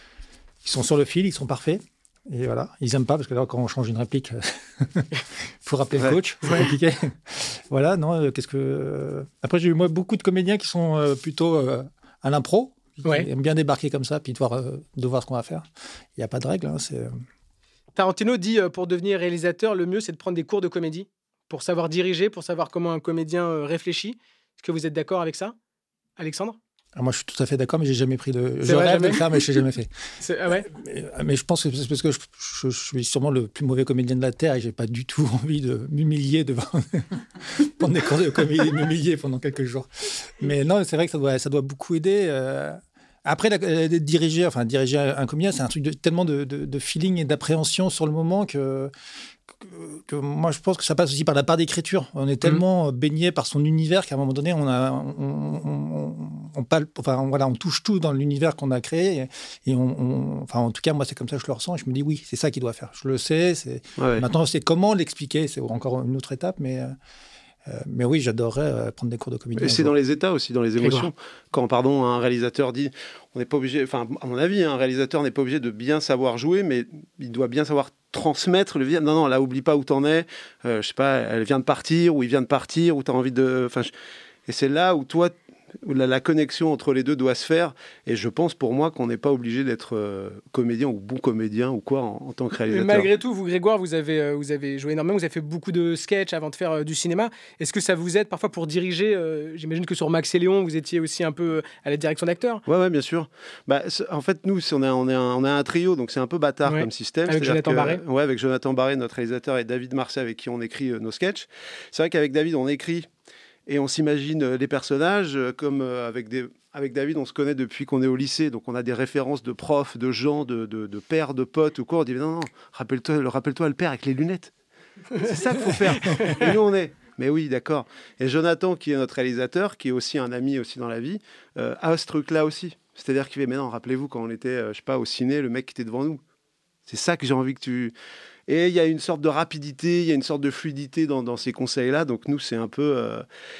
ils sont sur le fil, ils sont parfaits. Et voilà, ils n'aiment pas, parce que là, quand on change une réplique, il faut rappeler Ouais. le coach, c'est Ouais. compliqué. Voilà, non, euh, qu'est-ce que... euh, Après, j'ai eu, moi, beaucoup de comédiens qui sont euh, plutôt euh, à l'impro, qui Ouais. aiment bien débarquer comme ça, puis de voir, euh, de voir ce qu'on va faire. Il n'y a pas de règle, hein, c'est... euh, Tarantino dit euh, pour devenir réalisateur, le mieux c'est de prendre des cours de comédie pour savoir diriger, pour savoir comment un comédien euh, réfléchit. Est-ce que vous êtes d'accord avec ça, Alexandre? Alors moi, je suis tout à fait d'accord, mais j'ai jamais pris de... C'est Je vrai, rêve de jamais le faire, mais je l'ai jamais fait. C'est- Ah ouais. Mais, mais je pense que c'est parce que je, je- je suis sûrement le plus mauvais comédien de la Terre et j'ai pas du tout envie de m'humilier devant... prendre des cours de comédie, m'humilier pendant quelques jours. Mais non, c'est vrai que ça doit, ça doit beaucoup aider. euh. Après, la- euh, diriger, enfin, diriger un comédien, c'est un truc de, tellement de, de- de feeling et d'appréhension sur le moment que, que, que moi, je pense que ça passe aussi par la part d'écriture. On est tellement baigné par son univers qu'à un moment donné, on, a, on, on, on, on palpe, enfin, voilà, on touche tout dans l'univers qu'on a créé. Et, et on, on- enfin, en tout cas, moi, c'est comme ça que je le ressens. Et je me dis, oui, c'est ça qu'il doit faire. Je le sais. C'est... Ouais. Maintenant, c'est comment l'expliquer. C'est encore une autre étape, mais... euh, euh, mais oui, j'adorerais euh, prendre des cours de comédie. Et un c'est jour. dans les états aussi, dans les émotions. Quand, pardon, un réalisateur dit, on n'est pas obligé, enfin, à mon avis, un réalisateur n'est pas obligé de bien savoir jouer, mais il doit bien savoir transmettre le. Non, non, là, oublie pas où t'en es. Euh, je sais pas, elle vient de partir, ou il vient de partir, ou t'as envie de. Enfin, je... et c'est là où toi, où la, la connexion entre les deux doit se faire. Et je pense pour moi qu'on n'est pas obligé d'être euh, comédien ou bon comédien ou quoi en, en tant que Mais réalisateur. malgré tout, vous, Grégoire, vous avez, euh, vous avez joué énormément, vous avez fait beaucoup de sketchs avant de faire euh, du cinéma. Est-ce que ça vous aide parfois pour diriger euh, J'imagine que sur Max et Léon, vous étiez aussi un peu à la direction d'acteurs. Ouais, ouais, bien sûr. Bah, c'est- en fait, nous, c'est- on a, on, a un, on a un trio, donc c'est un peu bâtard Ouais. comme système. Avec C'est-à-dire Jonathan que- Barré. Ouais, avec Jonathan Barré, notre réalisateur, et David Marseille, avec qui on écrit euh, nos sketchs. C'est vrai qu'avec David, on écrit et on s'imagine euh, les personnages euh, comme euh, avec des. Avec David, on se connaît depuis qu'on est au lycée, donc on a des références de profs, de gens, de, de, de pères, de potes ou quoi. On dit non, non, rappelle-toi, le- rappelle-toi le père avec les lunettes. C'est ça qu'il faut faire. Et nous, on est. Mais oui, d'accord. Et Jonathan, qui est notre réalisateur, qui est aussi un ami aussi dans la vie, euh, a ce truc-là aussi. C'est-à-dire qu'il fait, mais non, rappelez-vous quand on était, euh, je sais pas, au ciné, le mec qui était devant nous. C'est ça que j'ai envie que tu... Et il y a une sorte de rapidité, il y a une sorte de fluidité dans, dans ces conseils-là. Donc nous, c'est un peu... euh,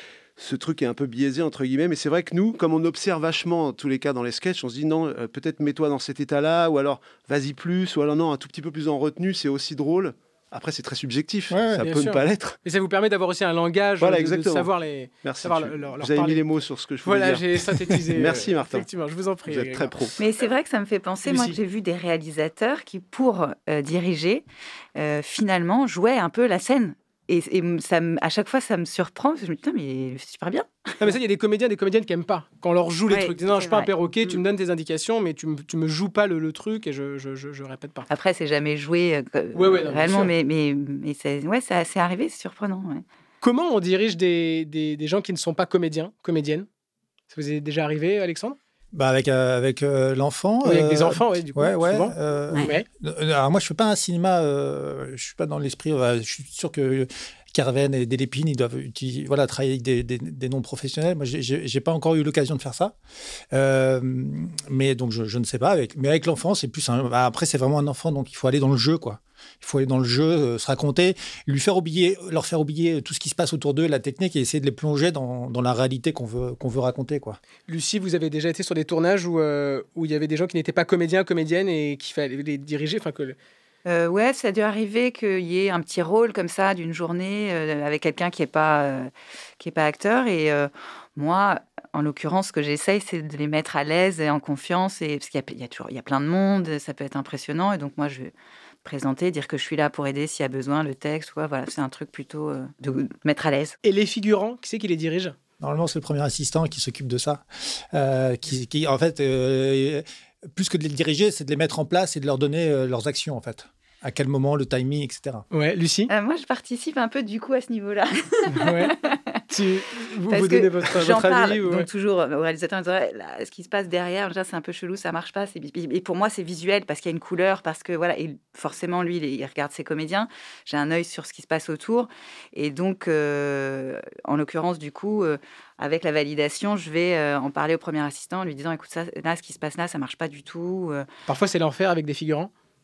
ce truc est un peu biaisé, entre guillemets. Mais c'est vrai que nous, comme on observe vachement, en tous les cas, dans les sketchs, on se dit, non, euh, peut-être mets-toi dans cet état-là, ou alors vas-y plus, ou alors non, un tout petit peu plus en retenue, c'est aussi drôle. Après, c'est très subjectif. Ouais, ouais, ça bien peut sûr. ne pas l'être. Et ça vous permet d'avoir aussi un langage, Voilà, de- de, exactement. savoir les. Merci. savoir tu- leur- leur- leur vous avez parler. mis les mots sur ce que je voulais Voilà, dire. j'ai synthétisé. Merci, euh, Martin. Effectivement, je vous en prie. Vous êtes très Grégoire. pro. Mais c'est vrai que ça me fait penser, moi, que Lucie. j'ai vu des réalisateurs qui, pour euh, diriger, euh, finalement, jouaient un peu la scène. Et, et ça, me- à chaque fois, ça me surprend, parce que je me dis, putain, mais c'est super bien. Non, mais ça, il y a des comédiens, des comédiennes qui aiment pas. Quand on leur joue les Ouais, trucs, ils disent non, je c'est suis pas un vrai. perroquet, tu Mm. me donnes tes indications, mais tu me, tu me joues pas le, le truc et je, je, je, je répète pas. Après, c'est jamais joué euh, que- Ouais, ouais, non, bien réellement, sûr. mais, mais, mais c'est, ouais, c'est assez arrivé, c'est surprenant. Ouais. Comment on dirige des, des, des gens qui ne sont pas comédiens, comédiennes? Ça vous est déjà arrivé, Alexandre? Bah avec euh, avec euh, l'enfant. Oui, avec euh, des enfants, ouais, du coup, Ouais, ouais. souvent. euh, Ouais. euh, Alors moi, je fais pas un cinéma. Euh, je suis pas dans l'esprit. euh, je suis sûr que Carven et Delépine, ils doivent utiliser, voilà, travailler avec des, des, des noms professionnels. Moi, j'ai- j'ai j'ai pas encore eu l'occasion de faire ça. Euh, mais donc, je, je ne sais pas. Avec, mais avec l'enfant, c'est plus. Un, bah, après, c'est vraiment un enfant, donc il faut aller dans le jeu, quoi. Il faut aller dans le jeu, euh, se raconter, lui faire oublier, leur faire oublier tout ce qui se passe autour d'eux, la technique, et essayer de les plonger dans, dans la réalité qu'on veut, qu'on veut raconter, quoi. Lucie, vous avez déjà été sur des tournages où, euh, où il y avait des gens qui n'étaient pas comédiens, comédiennes et qu'il fallait les diriger. Enfin, que... Euh, ouais, ça a dû arriver qu'il y ait un petit rôle comme ça d'une journée euh, avec quelqu'un qui n'est pas, euh, qui est pas acteur. Et euh, moi, en l'occurrence, ce que j'essaye, c'est de les mettre à l'aise et en confiance. Et, parce qu'il y a, il y a toujours il y a plein de monde, ça peut être impressionnant. Et donc, moi, je vais présenter, dire que je suis là pour aider s'il y a besoin, le texte. Ouais, voilà, c'est un truc plutôt euh, de mettre à l'aise. Et les figurants, qui c'est qui les dirige? Normalement, c'est le premier assistant qui s'occupe de ça. Euh, qui, qui, en fait, euh, plus que de les diriger, c'est de les mettre en place et de leur donner euh, leurs actions, en fait. À quel moment, le timing, et cetera. Ouais, Lucie. Euh, moi, je participe un peu du coup à ce niveau-là. Ouais. Tu, vous, Parce vous que donnez votre, j'en votre parle, avis ou- donc ouais. toujours au réalisateur en disant ouais, là, ce qui se passe derrière, déjà, c'est un peu chelou, ça marche pas. C'est... Et pour moi, c'est visuel parce qu'il y a une couleur, parce que voilà, et forcément, lui, il, il regarde ses comédiens. J'ai un œil sur ce qui se passe autour, et donc, euh, en l'occurrence, du coup, euh, avec la validation, je vais euh, en parler au premier assistant en lui disant écoute, ça, là, ce qui se passe là, ça marche pas du tout. euh. Parfois, c'est l'enfer avec des figurants.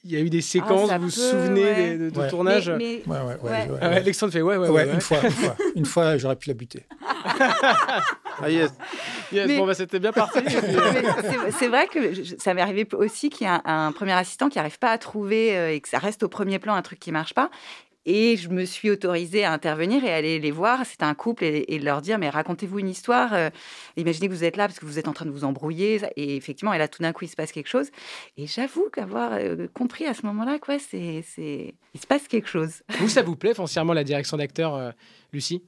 y a eu des séquences, Ah, ça vous vous peut, souvenez ouais. des- de, de Ouais. tournage Mais- mais- Ouais, ouais, ouais, Ouais. ouais, Ah ouais, ouais. Alexandre fait ouais, ouais, ouais. Ouais, ouais. une fois, une fois. Une fois, j'aurais pu la buter. Ah yes. Yes, Mais- Bon, bah, c'était bien parti. et puis, euh, Mais c'est- C'est vrai que je- ça m'est arrivé aussi qu'il y a un, un premier assistant qui n'arrive pas à trouver euh, et que ça reste au premier plan un truc qui marche pas. Et je me suis autorisée à intervenir et aller les voir. C'était un couple et, et leur dire, mais racontez-vous une histoire. euh, imaginez que vous êtes là parce que vous êtes en train de vous embrouiller. Et effectivement, et là, tout d'un coup, il se passe quelque chose. Et j'avoue qu'avoir euh, compris à ce moment-là, quoi, c'est, c'est... il se passe quelque chose. vous, ça vous plaît foncièrement la direction d'acteur, euh, Lucie?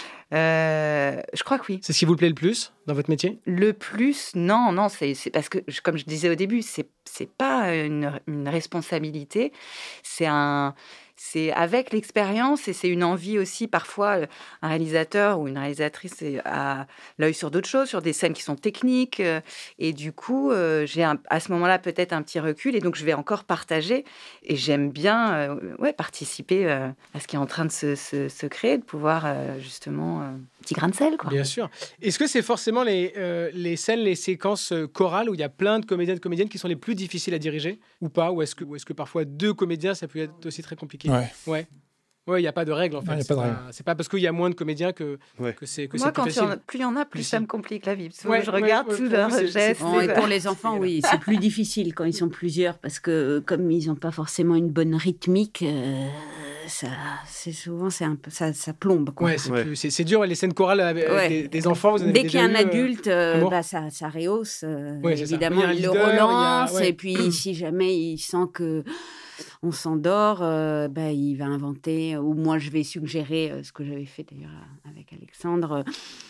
Euh, je crois que oui. C'est ce qui vous plaît le plus dans votre métier? Le plus, non, non, c'est c'est parce que, je- comme je disais au début, c'est c'est pas une, une responsabilité, c'est un, c'est avec l'expérience et c'est une envie aussi. Parfois, euh, un réalisateur ou une réalisatrice est- a l'œil sur d'autres choses, sur des scènes qui sont techniques, euh, et du coup, euh, j'ai un- à ce moment-là peut-être un petit recul et donc je vais encore partager et j'aime bien, euh, ouais, participer euh, à ce qui est en train de se, se- se créer, de pouvoir euh, justement, euh, petit grain de sel, quoi. Bien sûr. Est-ce que c'est forcément les, euh, les scènes, les séquences euh, chorales où il y a plein de comédiens et de comédiennes qui sont les plus difficiles à diriger ou pas? Ou est-ce que, ou est-ce que parfois deux comédiens, ça peut être aussi très compliqué? Ouais. Ouais. Ouais, il n'y a pas de règle en fait. Non, y a C'est pas de règle. C'est pas parce qu'il y a moins de comédiens que, Ouais. que c'est que Moi, c'est quand plus il y en a- facile. plus il y en a, plus Lucie. ça me complique la vie. Parce que Ouais, je ouais, regarde ouais, tous pour leurs vous, c'est- gestes. c'est- Bon, et et- pour les enfants, oui, c'est plus difficile quand ils sont plusieurs parce que comme ils n'ont pas forcément une bonne rythmique, euh, ça, c'est souvent c'est un peu, ça, ça plombe. Quoi. Ouais, c'est, Ouais. plus- c'est, c'est dur les scènes chorales avec Ouais. des, des enfants. Vous en avez Dès qu'il y a déjà un eu, euh, adulte, euh, Amour bah, ça, ça rehausse. euh, Ouais, c'est ça. évidemment, Il y a un il le leader, il y a- relance. ouais. Et puis, si jamais il sent que on s'endort, euh, bah, il va inventer. Ou moi, je vais suggérer euh, ce que j'avais fait d'ailleurs avec Alexandre.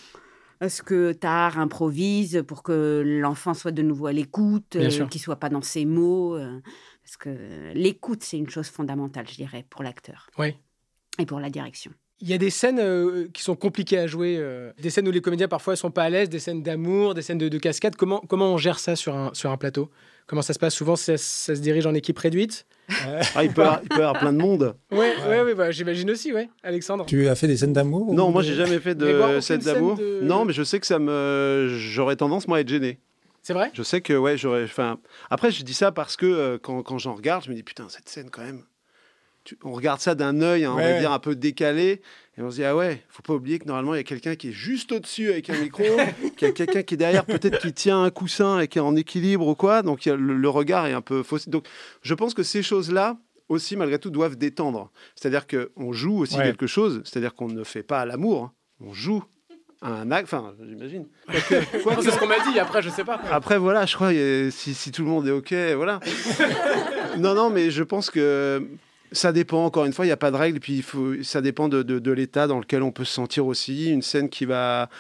euh, Ce que Tahar improvise pour que l'enfant soit de nouveau à l'écoute, Bien euh, sûr. qu'il soit pas dans ses mots. euh, parce que l'écoute, c'est une chose fondamentale, je dirais, pour l'acteur Ouais. et pour la direction. Il y a des scènes euh, qui sont compliquées à jouer, euh, des scènes où les comédiens parfois sont pas à l'aise, des scènes d'amour, des scènes de, de cascade. Comment, comment on gère ça sur un, sur un plateau? Comment ça se passe? Souvent, ça, ça se dirige en équipe réduite. Ah, il peut, y avoir, il peut y avoir plein de monde. Ouais, ouais, ouais, bah, j'imagine aussi, ouais. Alexandre. Tu as fait des scènes d'amour? Non, ou moi de- j'ai jamais fait Grégoire, de aucune scène scène d'amour. de- Non, mais je sais que ça me, j'aurais tendance moi à être gêné. C'est vrai? Je sais que ouais, j'aurais. Enfin, après je dis ça parce que euh, quand, quand j'en regarde, je me dis putain cette scène quand même. Tu- on regarde ça d'un œil, hein, on Ouais. va dire un peu décalé, et on se dit ah ouais, faut pas oublier que normalement il y a quelqu'un qui est juste au-dessus avec un micro, qu'il y a quelqu'un qui est derrière, peut-être qui tient un coussin et qui est en équilibre ou quoi. Donc il y a le, le regard est un peu faussé. Donc je pense que ces choses-là aussi malgré tout doivent détendre. C'est-à-dire que on joue aussi Ouais. quelque chose. C'est-à-dire qu'on ne fait pas l'amour, hein. On joue un acte. Enfin, j'imagine. Quoique- quoique- C'est ce qu'on m'a dit, après, je sais pas. après, voilà, je crois, euh, si, si tout le monde est OK, voilà. non, non, mais je pense que ça dépend, encore une fois, il n'y a pas de règle, puis il faut, ça dépend de, de, de l'état dans lequel on peut se sentir aussi. Une scène qui va...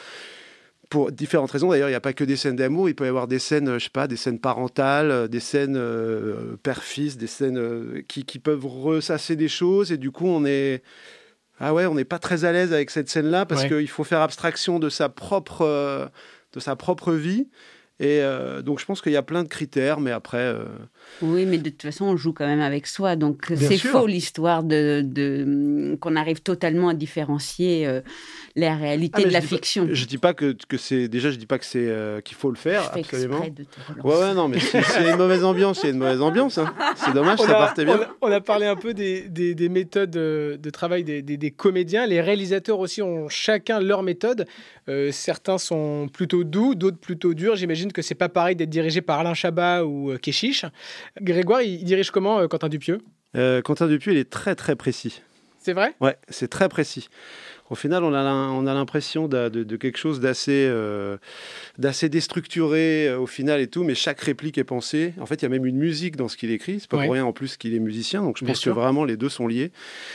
Pour différentes raisons, d'ailleurs, il n'y a pas que des scènes d'amour, il peut y avoir des scènes, je sais pas, des scènes parentales, euh, des scènes euh, père-fils, des scènes euh, qui, qui peuvent ressasser des choses, et du coup, on est... Ah ouais, on n'est pas très à l'aise avec cette scène-là, parce Ouais. qu'il faut faire abstraction de sa propre, euh, de sa propre vie. Et euh, donc, je pense qu'il y a plein de critères, mais après... euh, Oui, mais de toute façon, on joue quand même avec soi. Donc, Bien c'est sûr. faux l'histoire de, de, qu'on arrive totalement à différencier euh, la réalité Ah, mais de la je dis pas- fiction. Je dis pas que, que c'est... Déjà, je dis pas que c'est, euh, qu'il faut le faire, Je fais absolument. exprès de te relancer. Ouais, ouais, non, mais si- s'il y a une mauvaise ambiance, il y a une mauvaise ambiance. Hein. C'est dommage, On ça a, partait bien. on a- on a parlé un peu des, des- des méthodes euh, de travail des, des- des comédiens. Les réalisateurs aussi ont chacun leur méthode. Euh, certains sont plutôt doux, d'autres plutôt durs. J'imagine que c'est pas pareil d'être dirigé par Alain Chabat ou euh, Kéchiche. Grégoire, il, il dirige comment, euh, Quentin Dupieux? Euh, Quentin Dupieux, il est très, très précis. C'est vrai? Ouais, c'est très précis. Au final, on a, l'im- on a l'impression de, de- de quelque chose d'assez, euh, d'assez déstructuré euh, au final et tout, mais chaque réplique est pensée. En fait, il y a même une musique dans ce qu'il écrit. C'est pas Ouais. pour rien en plus qu'il est musicien, donc je Bien pense sûr. que vraiment les deux sont liés.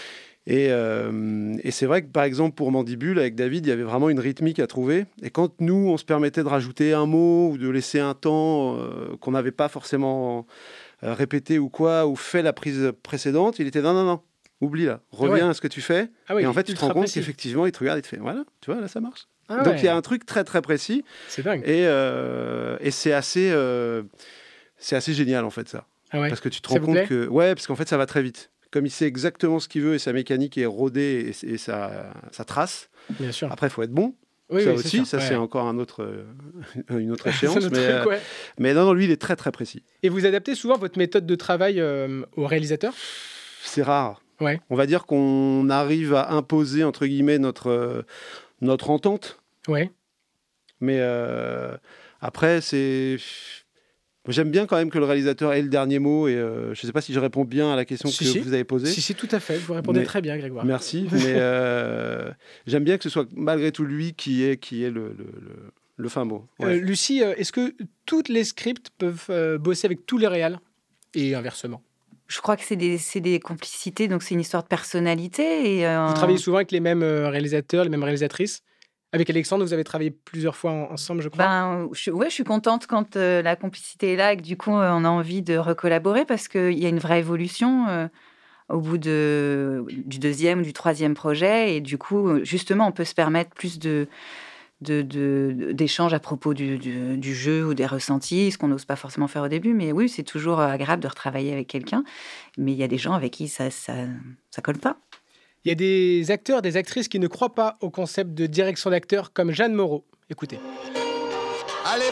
Et, euh, et c'est vrai que par exemple pour Mandibule, avec David, il y avait vraiment une rythmique à trouver. Et quand nous, on se permettait de rajouter un mot ou de laisser un temps euh, qu'on n'avait pas forcément euh, répété ou quoi, ou fait la prise précédente, il était non, non, non. Oublie là, reviens ouais. à ce que tu fais. Ah oui, et en il est fait, tu te ultra rends compte précis. qu'effectivement, il te regarde et te fait voilà, tu vois, là, ça marche. Ah Donc, ouais. il y a un truc très, très précis. C'est dingue. Et, euh, et c'est assez, euh, c'est assez génial, en fait, ça. Ah ouais. Parce que tu te Ça rends vous compte plaît que. Ouais, parce qu'en fait, ça va très vite. Comme il sait exactement ce qu'il veut et sa mécanique est rodée et, et sa, sa trace. Bien sûr. Après, il faut être bon. Oui, ça oui, aussi, ça, ça ouais. c'est encore un autre, euh, une autre échéance. C'est notre mais, truc, euh, ouais. mais non, non, lui, il est très très précis. Et vous adaptez souvent votre méthode de travail euh, au réalisateur ? C'est rare. Ouais. On va dire qu'on arrive à imposer, entre guillemets, notre, euh, notre entente. Ouais. Mais euh, après, c'est... J'aime bien quand même que le réalisateur ait le dernier mot. Et euh, je ne sais pas si je réponds bien à la question Si, que si. vous avez posée. Si, si, tout à fait. Vous répondez Mais- très bien, Grégoire. Merci. mais euh, j'aime bien que ce soit malgré tout lui qui est, qui est le, le, le, le fin mot. Ouais. Euh, Lucie, euh, est-ce que toutes les scripts peuvent euh, bosser avec tous les réals et inversement ? Je crois que c'est des, c'est des complicités, donc c'est une histoire de personnalité. Et, euh, Vous travaillez souvent avec les mêmes euh, réalisateurs, les mêmes réalisatrices ? Avec Alexandre, vous avez travaillé plusieurs fois en- ensemble, je crois. Ben, je, ouais, je suis contente quand euh, la complicité est là et que du coup, euh, on a envie de recollaborer parce qu'il y a une vraie évolution euh, au bout de, du deuxième ou du troisième projet. Et du coup, justement, on peut se permettre plus de, de, de- d'échanges à propos du, du- du jeu ou des ressentis, ce qu'on n'ose pas forcément faire au début. Mais oui, c'est toujours agréable de retravailler avec quelqu'un. Mais il y a des gens avec qui ça ça, ça colle pas. Il y a des acteurs, des actrices qui ne croient pas au concept de direction d'acteur, comme Jeanne Moreau. Écoutez. Allez,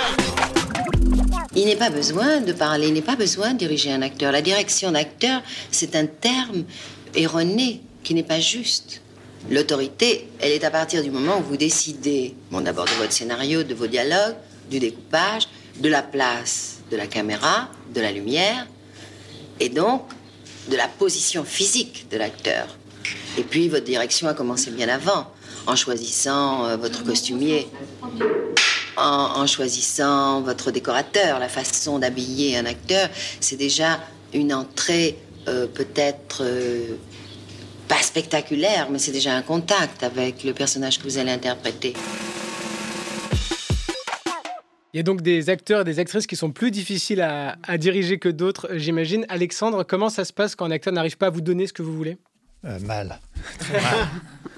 moteur! Il n'est pas besoin de parler, il n'est pas besoin de diriger un acteur. La direction d'acteur, c'est un terme erroné qui n'est pas juste. L'autorité, elle est à partir du moment où vous décidez, bon, d'abord de votre scénario, de vos dialogues, du découpage, de la place de la caméra, de la lumière, et donc de la position physique de l'acteur. Et puis, votre direction a commencé bien avant, en choisissant euh, votre costumier, en, en choisissant votre décorateur, la façon d'habiller un acteur. C'est déjà une entrée euh, peut-être euh, pas spectaculaire, mais c'est déjà un contact avec le personnage que vous allez interpréter. Il y a donc des acteurs et des actrices qui sont plus difficiles à, à diriger que d'autres, j'imagine. Alexandre, comment ça se passe quand un acteur n'arrive pas à vous donner ce que vous voulez ? Euh, mal. Très mal.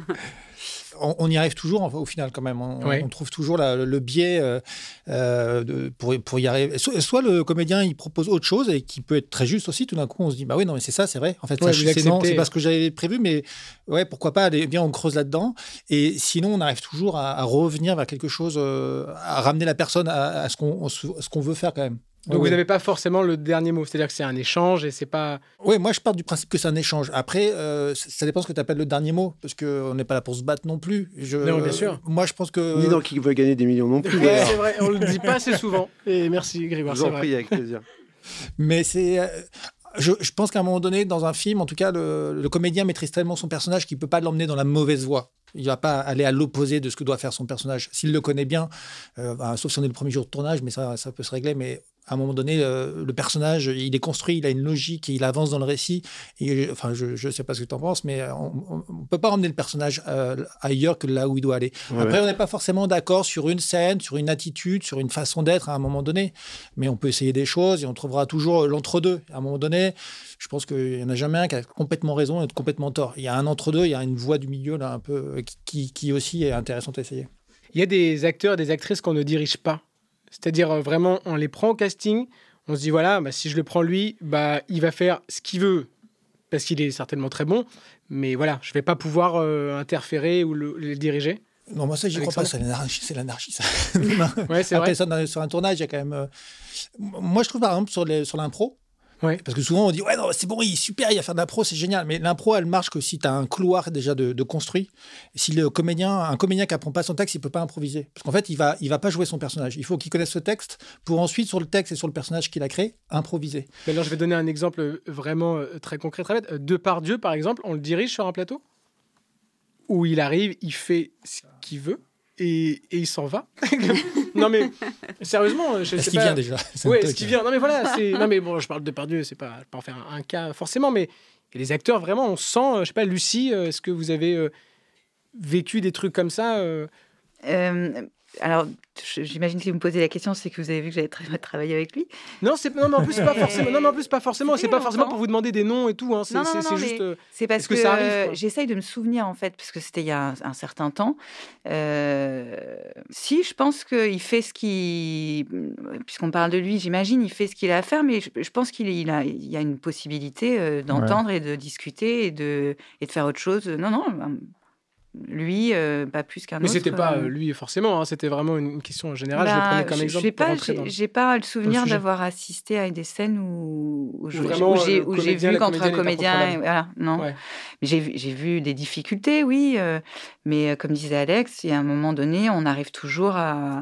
on, on y arrive toujours enfin, au final quand même. On, Ouais. on trouve toujours la- le, le biais euh, euh, de- pour, pour y arriver. Soit, soit le comédien il propose autre chose et qui peut être très juste aussi. Tout d'un coup on se dit bah oui non mais c'est ça c'est vrai. En fait Ouais, ça, vous c'est, non, acceptez. c'est pas ce que j'avais prévu mais ouais pourquoi pas aller bien on creuse là-dedans et sinon on arrive toujours à, à revenir vers quelque chose, euh, à ramener la personne à, à ce qu'on à ce qu'on veut faire quand même. Donc Ouais, vous ouais. n'avez pas forcément le dernier mot, c'est-à-dire que c'est un échange et c'est pas... Oui, moi je pars du principe que c'est un échange. Après, euh, ça ça dépend ce que tu appelles le dernier mot, parce qu'on n'est pas là pour se battre non plus. Je, Non, bien sûr. Moi je pense que. Ni dans qui veut gagner des millions non plus. Ouais, d'ailleurs. c'est vrai, on le dit pas assez souvent. Et merci Grégoire, Je vous c'est en vrai. prie, avec plaisir. Mais c'est. euh, Je, je pense qu'à un moment donné, dans un film, en tout cas, le, le comédien maîtrise tellement son personnage qu'il ne peut pas l'emmener dans la mauvaise voie. Il ne va pas aller à l'opposé de ce que doit faire son personnage. S'il le connaît bien, euh, bah, sauf si on est le premier jour de tournage, mais ça, ça peut se régler. Mais à un moment donné, euh, le personnage, il est construit, il a une logique et il avance dans le récit. Et, enfin, je ne sais pas ce que tu en penses, mais on ne peut pas emmener le personnage euh, ailleurs que là où il doit aller. Ouais, Après, ouais. on n'est pas forcément d'accord sur une scène, sur une attitude, sur une façon d'être à un moment donné. Mais on peut essayer des choses et on trouvera toujours l'entre-deux. À un moment donné, je pense qu'il n'y en a jamais un qui a complètement raison et complètement tort. Il y a un entre-deux, il y a une voie du milieu là, un peu, qui, qui aussi est intéressante à essayer. Il y a des acteurs et des actrices qu'on ne dirige pas. C'est-à-dire euh, vraiment, on les prend au casting, on se dit voilà, bah, si je le prends lui, bah, il va faire ce qu'il veut, parce qu'il est certainement très bon, mais voilà, je ne vais pas pouvoir euh, interférer ou le, le diriger. Non, moi ça, j'y crois pas, Alexandre c'est l'anarchie, c'est l'anarchie ça. Ouais, c'est Après vrai. ça, dans- sur un tournage, il y a quand même... euh, Moi, je trouve par exemple sur, les, sur l'impro, Ouais. parce que souvent on dit ouais non c'est bon il est super il va faire de l'impro c'est génial mais l'impro elle marche que si tu as un couloir déjà de, de construit. Si le comédien un comédien qui apprend pas son texte il peut pas improviser parce qu'en fait il va il va pas jouer son personnage, il faut qu'il connaisse ce texte pour ensuite sur le texte et sur le personnage qu'il a créé improviser. Maintenant, je vais donner un exemple vraiment euh, très concret, très bête. Euh, Depardieu, par exemple, on le dirige sur un plateau où il arrive, il fait ce qu'il veut et, et il s'en va. Non mais sérieusement, je Est-ce sais qu'il pas. vient déjà C'est un Oui, truc. est-ce qu'il vient Non mais voilà, c'est non mais bon, je parle de Depardieu, c'est pas, je vais pas en faire un, un cas forcément, mais il y a des acteurs vraiment, on sent, euh, je sais pas, Lucie, euh, est-ce que vous avez euh, vécu des trucs comme ça euh Euh, alors, je- j'imagine que si vous me posez la question, c'est que vous avez vu que j'avais tra- travaillé avec lui. Non, c'est non mais en plus c'est pas forcément, non mais en plus pas forcément, Si, c'est pas forcément longtemps. pour vous demander des noms et tout, hein. C'est Non, non, c'est- non, c'est mais juste. euh, C'est parce est-ce que, que ça arrive, euh, quoi j'essaye de me souvenir, en fait, parce que c'était il y a un, un certain temps. Euh, si, je pense qu'il fait ce qu'il... Puisqu'on parle de lui, j'imagine, il fait ce qu'il a à faire, mais je, je pense qu'il il a, il y a une possibilité euh, d'entendre et de discuter et de, et de faire autre chose. Non, non, Lui, euh, pas plus qu'un Mais autre. Mais c'était pas euh... lui forcément, hein, c'était vraiment une question générale. Bah, je le prenais comme exemple. J'ai pas, j'ai, dans... j'ai pas le souvenir d'avoir assisté à des scènes où, où, je, vraiment, où j'ai, où j'ai vu qu'entre un comédien, et, voilà, non. Ouais. J'ai, j'ai vu des difficultés, oui, euh, mais comme disait Alex, il y a un moment donné, on arrive toujours à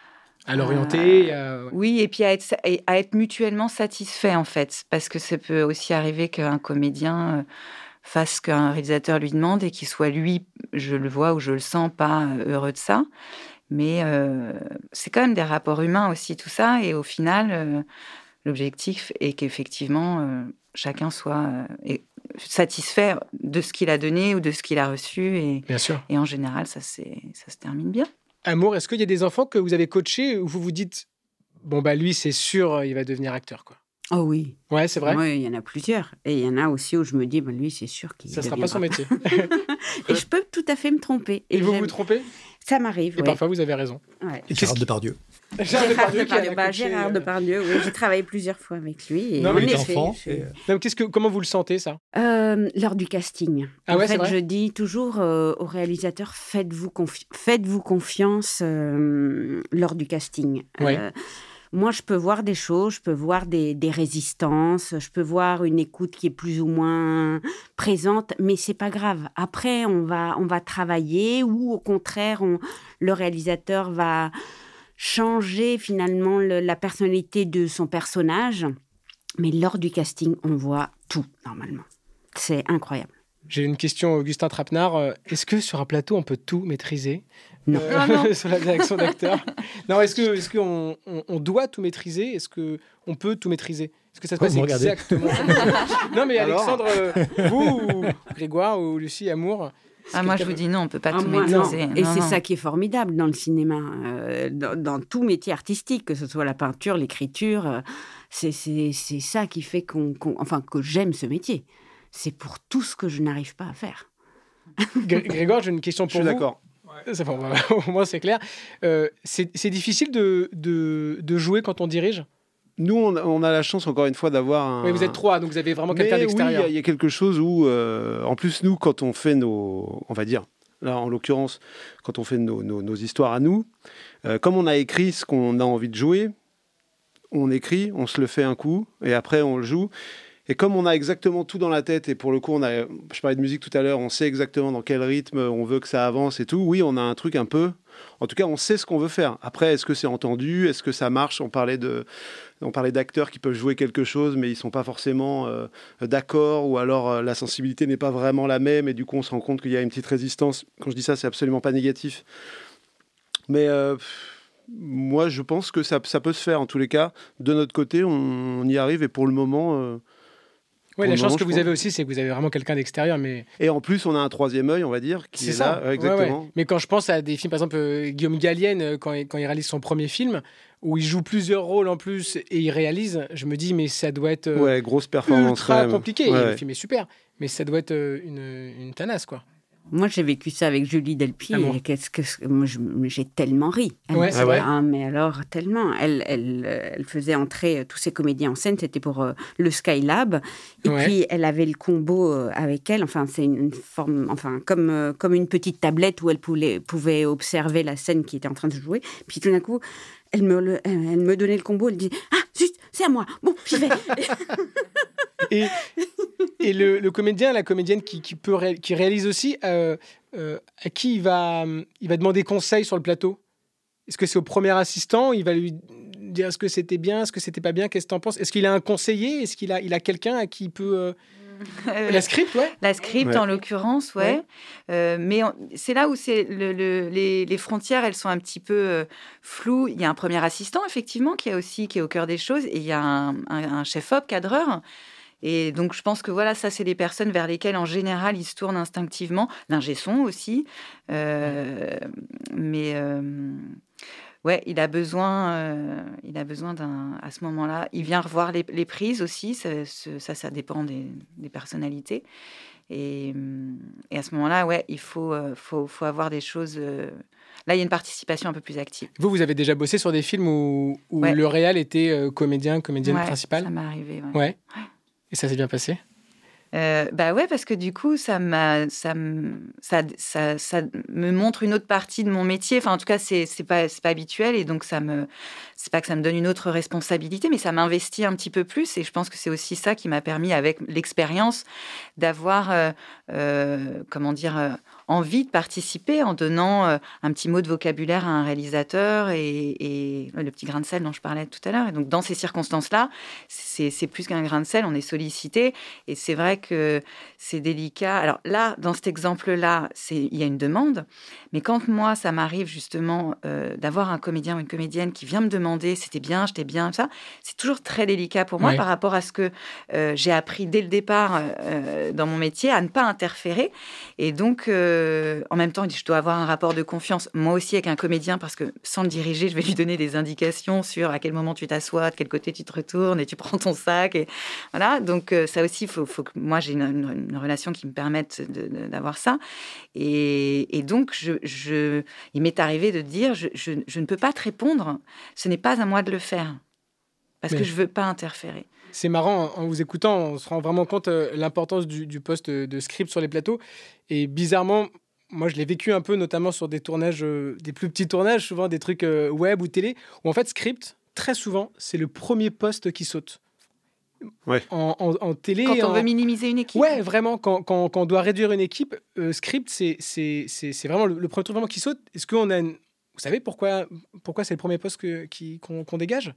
à l'orienter. À... À... Oui, et puis à être, à être mutuellement satisfait en fait, parce que ça peut aussi arriver qu'un comédien fasse ce qu'un réalisateur lui demande et qu'il soit lui, je le vois ou je le sens, pas heureux de ça. Mais euh, c'est quand même des rapports humains aussi, tout ça. Et au final, euh, l'objectif est qu'effectivement, euh, chacun soit euh, satisfait de ce qu'il a donné ou de ce qu'il a reçu. Et, bien sûr. Et en général, ça, c'est, ça se termine bien. Amour, est-ce qu'il y a des enfants que vous avez coachés où vous vous dites, bon, bah lui, c'est sûr, il va devenir acteur, quoi? Oh oui. Ouais, c'est vrai. Oui, il y en a plusieurs. Et il y en a aussi où je me dis, bah, lui, c'est sûr qu'il ça ne sera deviendra. pas son métier. Et je peux tout à fait me tromper. Et, et vous j'aime... vous trompez? Ça m'arrive, Et ouais. parfois, vous avez raison. Ouais. Et Gérard Depardieu. Gérard Depardieu, Depardieu, bah, Gérard Depardieu, oui. J'ai travaillé plusieurs fois avec lui. Et non, mais effet, enfant. je... Et... Non, qu'est-ce que, comment vous le sentez, ça? euh, Lors du casting. Ah en ouais, fait, c'est vrai je dis toujours euh, aux réalisateurs, faites-vous, confi- faites-vous confiance euh, lors du casting. Ouais. Euh, Moi, je peux voir des choses, je peux voir des, des résistances, je peux voir une écoute qui est plus ou moins présente, mais c'est pas grave. Après, on va, on va travailler ou au contraire, on, le réalisateur va changer finalement le, la personnalité de son personnage. Mais lors du casting, on voit tout normalement. C'est incroyable. J'ai une question, Augustin Trapenard. Est-ce que sur un plateau, on peut tout maîtriser? Non. Euh, non, non. Sur la direction d'acteur. Non, est-ce que, est-ce qu'on on, on doit tout maîtriser? Est-ce qu'on peut tout maîtriser? Est-ce que ça se passe oh, exactement comme... Non, mais Alexandre, euh, vous, ou Grégoire, ou Lucie, Amour... Ah, moi, je vous dis non, on ne peut pas ah, tout moi, maîtriser. Non. Et non, c'est non. ça qui est formidable dans le cinéma, euh, dans, dans tout métier artistique, que ce soit la peinture, l'écriture. Euh, c'est, c'est, c'est ça qui fait qu'on, qu'on, enfin, que j'aime ce métier. C'est pour tout ce que je n'arrive pas à faire. Grégoire, j'ai une question pour vous. Je suis vous. d'accord. Ouais. Ça, bon, au moins, c'est clair. Euh, c'est, c'est difficile de, de, de jouer quand on dirige? Nous, on a, on a la chance, encore une fois, d'avoir un... Oui, vous êtes trois, donc vous avez vraiment Mais quelqu'un d'extérieur. Oui, il y, y a quelque chose où, euh, en plus, nous, quand on fait nos... On va dire, là, en l'occurrence, quand on fait nos, nos, nos histoires à nous, euh, comme on a écrit ce qu'on a envie de jouer, on écrit, on se le fait un coup, et après, on le joue. Et comme on a exactement tout dans la tête, et pour le coup, on a, je parlais de musique tout à l'heure, on sait exactement dans quel rythme on veut que ça avance et tout, oui, on a un truc un peu... En tout cas, on sait ce qu'on veut faire. Après, est-ce que c'est entendu? Est-ce que ça marche? On parlait de, on parlait d'acteurs qui peuvent jouer quelque chose, mais ils ne sont pas forcément euh, d'accord, ou alors euh, la sensibilité n'est pas vraiment la même, et du coup, on se rend compte qu'il y a une petite résistance. Quand je dis ça, c'est absolument pas négatif. Mais euh, moi, je pense que ça, ça peut se faire, en tous les cas. De notre côté, on, on y arrive, et pour le moment... Euh, Oui, la chance que vous avez aussi, c'est que vous avez vraiment quelqu'un d'extérieur. Mais... Et en plus, on a un troisième œil, on va dire, qui c'est est ça. là. Exactement. Ouais, ouais. Mais quand je pense à des films, par exemple, euh, Guillaume Gallienne, euh, quand, il, quand il réalise son premier film, où il joue plusieurs rôles en plus et il réalise, je me dis, mais ça doit être euh, ouais, grosse performance, ultra même. compliqué. Ouais, et ouais. le film est super, mais ça doit être euh, une, une tanasse, quoi. Moi, j'ai vécu ça avec Julie Delpy. Ah bon. Et qu'est-ce que moi, je, j'ai tellement ri. Elle, ouais, c'est vrai. Hein, mais alors, tellement. Elle, elle, elle faisait entrer tous ces comédiens en scène. C'était pour euh, le Skylab. Et ouais. puis, elle avait le combo euh, avec elle. Enfin, c'est une forme, enfin, comme, euh, comme une petite tablette où elle pouvait, pouvait observer la scène qui était en train de se jouer. Puis tout d'un coup, elle me, le, elle me donnait le combo. Elle disait « Ah, zut, c'est à moi. Bon, j'y vais. » Et, et le, le comédien, la comédienne qui, qui, peut ré, qui réalise aussi, euh, euh, à qui il va, il va demander conseil sur le plateau? Est-ce que c'est au premier assistant? Il va lui dire est-ce que c'était bien, est-ce que c'était pas bien, qu'est-ce que tu en penses? Est-ce qu'il a un conseiller? Est-ce qu'il a, il a quelqu'un à qui il peut... Euh... Euh, la script, ouais. La script, ouais. En l'occurrence, ouais. ouais. Euh, mais on, c'est là où c'est le, le, les, les frontières, elles sont un petit peu euh, floues. Il y a un premier assistant, effectivement, qui est aussi qui est au cœur des choses, et il y a un, un, un chef-op, cadreur. Et donc, je pense que voilà, ça, c'est les personnes vers lesquelles, en général, ils se tournent instinctivement. L'ingé son aussi. Euh, mais... Euh, Ouais, il a besoin, euh, il a besoin d'un. À ce moment-là, il vient revoir les, les prises aussi. Ça, ça, ça dépend des, des personnalités. Et, et à ce moment-là, ouais, il faut, euh, faut, faut avoir des choses. Euh... Là, il y a une participation un peu plus active. Vous, vous avez déjà bossé sur des films où, où ouais. le réal était euh, comédien, comédienne ouais, principale. Ça m'est arrivé. Ouais. ouais. ouais. Et ça s'est bien passé? Euh, bah ouais, parce que du coup, ça, m'a, ça, ça, ça, ça me montre une autre partie de mon métier. Enfin, en tout cas, c'est, c'est pas, c'est pas habituel. Et donc, ça me, c'est pas que ça me donne une autre responsabilité, mais ça m'investit un petit peu plus. Et je pense que c'est aussi ça qui m'a permis, avec l'expérience, d'avoir, euh, euh, comment dire, euh, envie de participer en donnant euh, un petit mot de vocabulaire à un réalisateur et, et le petit grain de sel dont je parlais tout à l'heure. Et donc, dans ces circonstances-là, c'est, c'est plus qu'un grain de sel. On est sollicité. Et c'est vrai que c'est délicat. Alors là, dans cet exemple-là, c'est, il y a une demande. Mais quand moi, ça m'arrive justement euh, d'avoir un comédien ou une comédienne qui vient me demander c'était bien, j'étais bien, ça, c'est toujours très délicat pour moi, oui, par rapport à ce que euh, j'ai appris dès le départ euh, dans mon métier, à ne pas interférer. Et donc, euh, en même temps, je dois avoir un rapport de confiance, moi aussi, avec un comédien, parce que sans le diriger, je vais lui donner des indications sur à quel moment tu t'assois, de quel côté tu te retournes et tu prends ton sac. Et voilà. Donc, euh, ça aussi, il faut, faut que moi, j'ai une, une, une relation qui me permette de, de, d'avoir ça. Et, et donc, je, je, il m'est arrivé de dire je, je, je ne peux pas te répondre, ce n'est pas à moi de le faire, parce Mais... que je ne veux pas interférer. C'est marrant, en vous écoutant, on se rend vraiment compte de l'importance du, du poste de script sur les plateaux. Et bizarrement, moi, je l'ai vécu un peu, notamment sur des tournages, euh, des plus petits tournages, souvent des trucs euh, web ou télé, où en fait, script, très souvent, c'est le premier poste qui saute. Ouais. En, en, en télé. Quand on en... veut minimiser une équipe. Ouais, vraiment. Quand, quand, quand on doit réduire une équipe, euh, script, c'est, c'est, c'est, c'est vraiment le, le premier truc vraiment qui saute. Est-ce qu'on a une... Vous savez pourquoi, pourquoi c'est le premier poste que, qui, qu'on, qu'on dégage?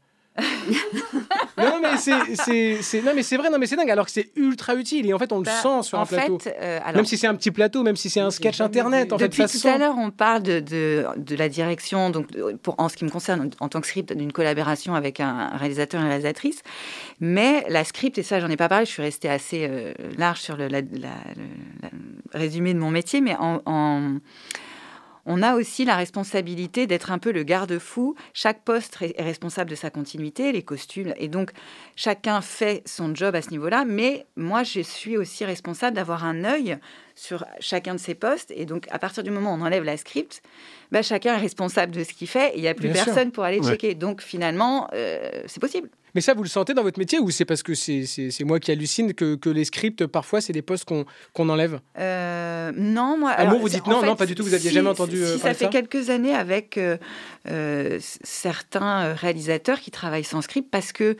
non, mais c'est, c'est, c'est, non, mais c'est vrai, non, mais c'est dingue, alors que c'est ultra utile. Et en fait, on bah, le sent sur un plateau. Fait, euh, alors, même si c'est un petit plateau, même si c'est un sketch internet. En depuis fait, ça tout sent. à l'heure, on parle de, de, de la direction, donc, pour, en ce qui me concerne, en tant que script, d'une collaboration avec un réalisateur et une réalisatrice. Mais la script, et ça, j'en ai pas parlé, je suis restée assez euh, large sur le, la, la, le, le résumé de mon métier, mais en. en on a aussi la responsabilité d'être un peu le garde-fou. Chaque poste est responsable de sa continuité, les costumes. Et donc, chacun fait son job à ce niveau-là. Mais moi, je suis aussi responsable d'avoir un œil sur chacun de ces postes. Et donc, à partir du moment où on enlève la script, bah, chacun est responsable de ce qu'il fait. Et il n'y a plus Bien personne sûr. Pour aller ouais. checker. Donc, finalement, euh, c'est possible. Mais ça, vous le sentez dans votre métier ou c'est parce que c'est, c'est, c'est moi qui hallucine que, que les scripts, parfois, c'est des postes qu'on, qu'on enlève euh, Non, moi... Amour, vous dites non, fait, non, pas du tout, vous n'aviez si, jamais entendu si, euh, si parler ça fait ça quelques années avec euh, euh, certains réalisateurs qui travaillent sans script parce qu'ils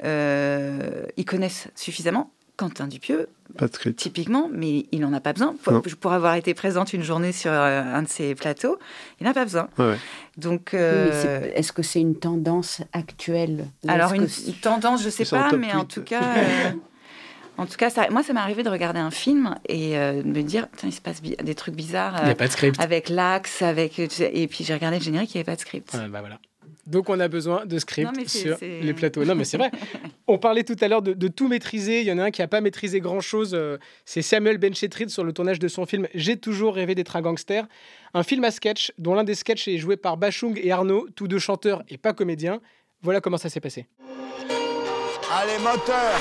euh, connaissent suffisamment Quentin Dupieux, pas de script. Typiquement, mais il n'en a pas besoin. Pour, pour avoir été présente une journée sur euh, un de ses plateaux, il n'a pas besoin. Ouais, ouais. Donc, euh... oui, mais est-ce que c'est une tendance actuelle? Alors, une, que... une tendance, je ne sais pas, mais en tout cas... Euh... En tout cas, ça, moi, ça m'est arrivé de regarder un film et euh, de me dire, il se passe bi- des trucs bizarres. Euh, il n'y a pas de script. Avec l'axe, avec... Et puis, j'ai regardé le générique, il n'y avait pas de script. Ouais, bah voilà. Donc, on a besoin de script non, c'est, sur c'est... les plateaux. Non, mais c'est vrai. On parlait tout à l'heure de, de tout maîtriser. Il y en a un qui n'a pas maîtrisé grand-chose. C'est Samuel Benchetrit sur le tournage de son film « J'ai toujours rêvé d'être un gangster ». Un film à sketch dont l'un des sketchs est joué par Bachung et Arnaud, tous deux chanteurs et pas comédiens. Voilà comment ça s'est passé. Allez, moteur!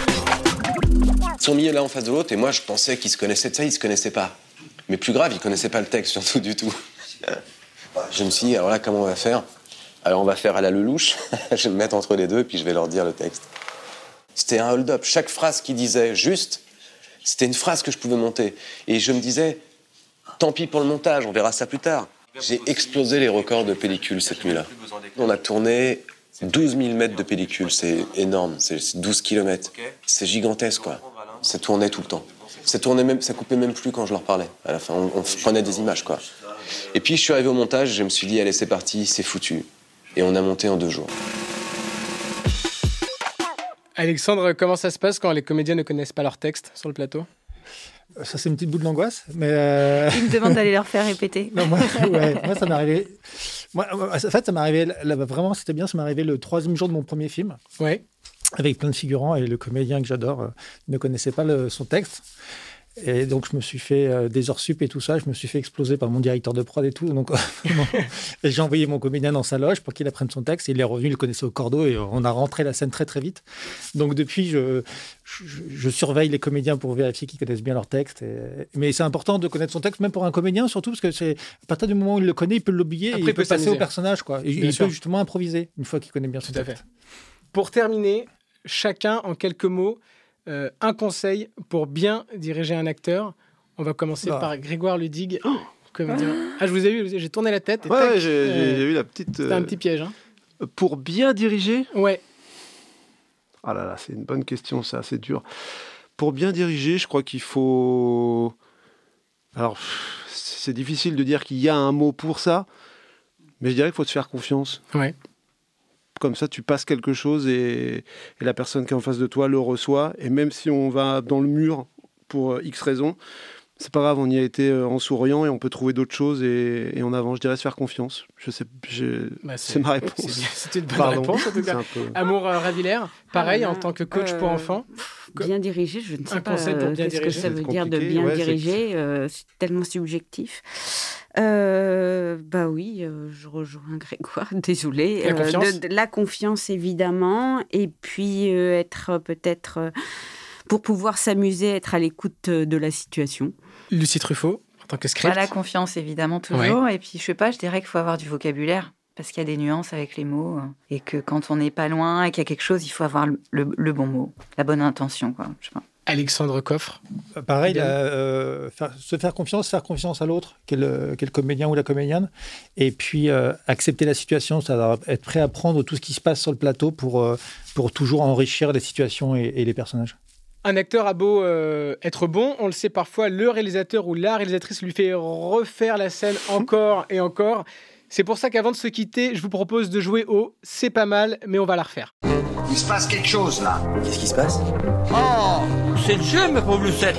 Ils sont mis l'un en face de l'autre et moi je pensais qu'ils se connaissaient de ça, ils se connaissaient pas. Mais plus grave, ils connaissaient pas le texte surtout du tout. Je me suis dit, alors là, comment on va faire? Alors on va faire à la Lelouch, je vais me mettre entre les deux et puis je vais leur dire le texte. C'était un hold-up. Chaque phrase qu'ils disaient juste, c'était une phrase que je pouvais monter. Et je me disais, tant pis pour le montage, on verra ça plus tard. J'ai explosé les records de pellicule cette nuit-là. On a tourné douze mille mètres de pellicule, c'est énorme, c'est douze kilomètres. C'est gigantesque, quoi. Ça tournait tout le temps. Ça tournait même, ça coupait même plus quand je leur parlais. À la fin, on, on prenait des images, quoi. Et puis je suis arrivé au montage, je me suis dit, allez, c'est parti, c'est foutu. Et on a monté en deux jours. Alexandre, comment ça se passe quand les comédiens ne connaissent pas leur texte sur le plateau? Ça, c'est une petite boule d'angoisse, mais... Euh... Ils me demandent d'aller leur faire répéter. Non, moi, ouais, moi, ça m'est arrivé... Moi, en fait, ça m'est arrivé... Là, vraiment, c'était bien, ça m'est arrivé le troisième jour de mon premier film. Ouais. Avec plein de figurants, et le comédien que j'adore euh, ne connaissait pas le, son texte. Et donc, je me suis fait euh, des heures sup et tout ça. Je me suis fait exploser par mon directeur de prod et tout. Donc, et j'ai envoyé mon comédien dans sa loge pour qu'il apprenne son texte. Et il est revenu, il le connaissait au cordeau et on a rentré la scène très, très vite. Donc, depuis, je, je, je surveille les comédiens pour vérifier qu'ils connaissent bien leur texte. Et... Mais c'est important de connaître son texte, même pour un comédien, surtout parce que c'est à partir du moment où il le connaît, il peut l'oublier. Après, et il peut, peut passer au personnage, quoi. Et il sûr. peut justement improviser une fois qu'il connaît bien son tout texte. À fait. Pour terminer, chacun, en quelques mots, euh, un conseil pour bien diriger un acteur. On va commencer bah. par Grégoire Ludig. Oh, comédien. Ah, je vous ai vu, j'ai tourné la tête. Et ouais, tac, ouais, j'ai, euh, j'ai eu la petite... C'était euh... un petit piège. Hein. Pour bien diriger ? Ouais. Ah là là, c'est une bonne question, c'est assez dur. Pour bien diriger, je crois qu'il faut... Alors, c'est difficile de dire qu'il y a un mot pour ça, mais je dirais qu'il faut se faire confiance. Ouais. Comme ça, tu passes quelque chose et, et la personne qui est en face de toi le reçoit. Et même si on va dans le mur pour X raisons, c'est pas grave, on y a été en souriant et on peut trouver d'autres choses et, et on avance. Je dirais se faire confiance. Je sais, je... Bah c'est, c'est ma réponse. C'est, c'est une bonne Pardon. réponse en tout cas. Peu... Amour euh, Ravillère, pareil ah, en tant que coach euh, pour enfants. Bien dirigé, je ne sais un pas conseil pour bien qu'est-ce diriger. que ça veut dire de bien ouais, diriger. C'est... Euh, c'est tellement subjectif. Euh, bah oui, euh, je rejoins Grégoire. Désolée. La euh, confiance. De, de la confiance évidemment, et puis euh, être peut-être euh, pour pouvoir s'amuser, être à l'écoute de la situation. Lucie Truffaut, en tant que script. Bah, la confiance, évidemment, toujours. Ouais. Et puis, je sais pas, je dirais qu'il faut avoir du vocabulaire, parce qu'il y a des nuances avec les mots, et que quand on n'est pas loin et qu'il y a quelque chose, il faut avoir le, le, le bon mot, la bonne intention, quoi. Je sais pas. Alexandre Coffre. Pareil, là, euh, faire, se faire confiance, faire confiance à l'autre, qu'est le, qu'est le comédien ou la comédienne, et puis euh, accepter la situation, c'est-à-dire être prêt à prendre tout ce qui se passe sur le plateau pour, euh, pour toujours enrichir les situations et, et les personnages. Un acteur a beau euh, être bon, on le sait parfois, le réalisateur ou la réalisatrice lui fait refaire la scène encore et encore. C'est pour ça qu'avant de se quitter, je vous propose de jouer au « C'est pas mal, mais on va la refaire ». Il se passe quelque chose, là. Qu'est-ce qui se passe ? Oh, c'est le jeu, ma pauvre Lucette.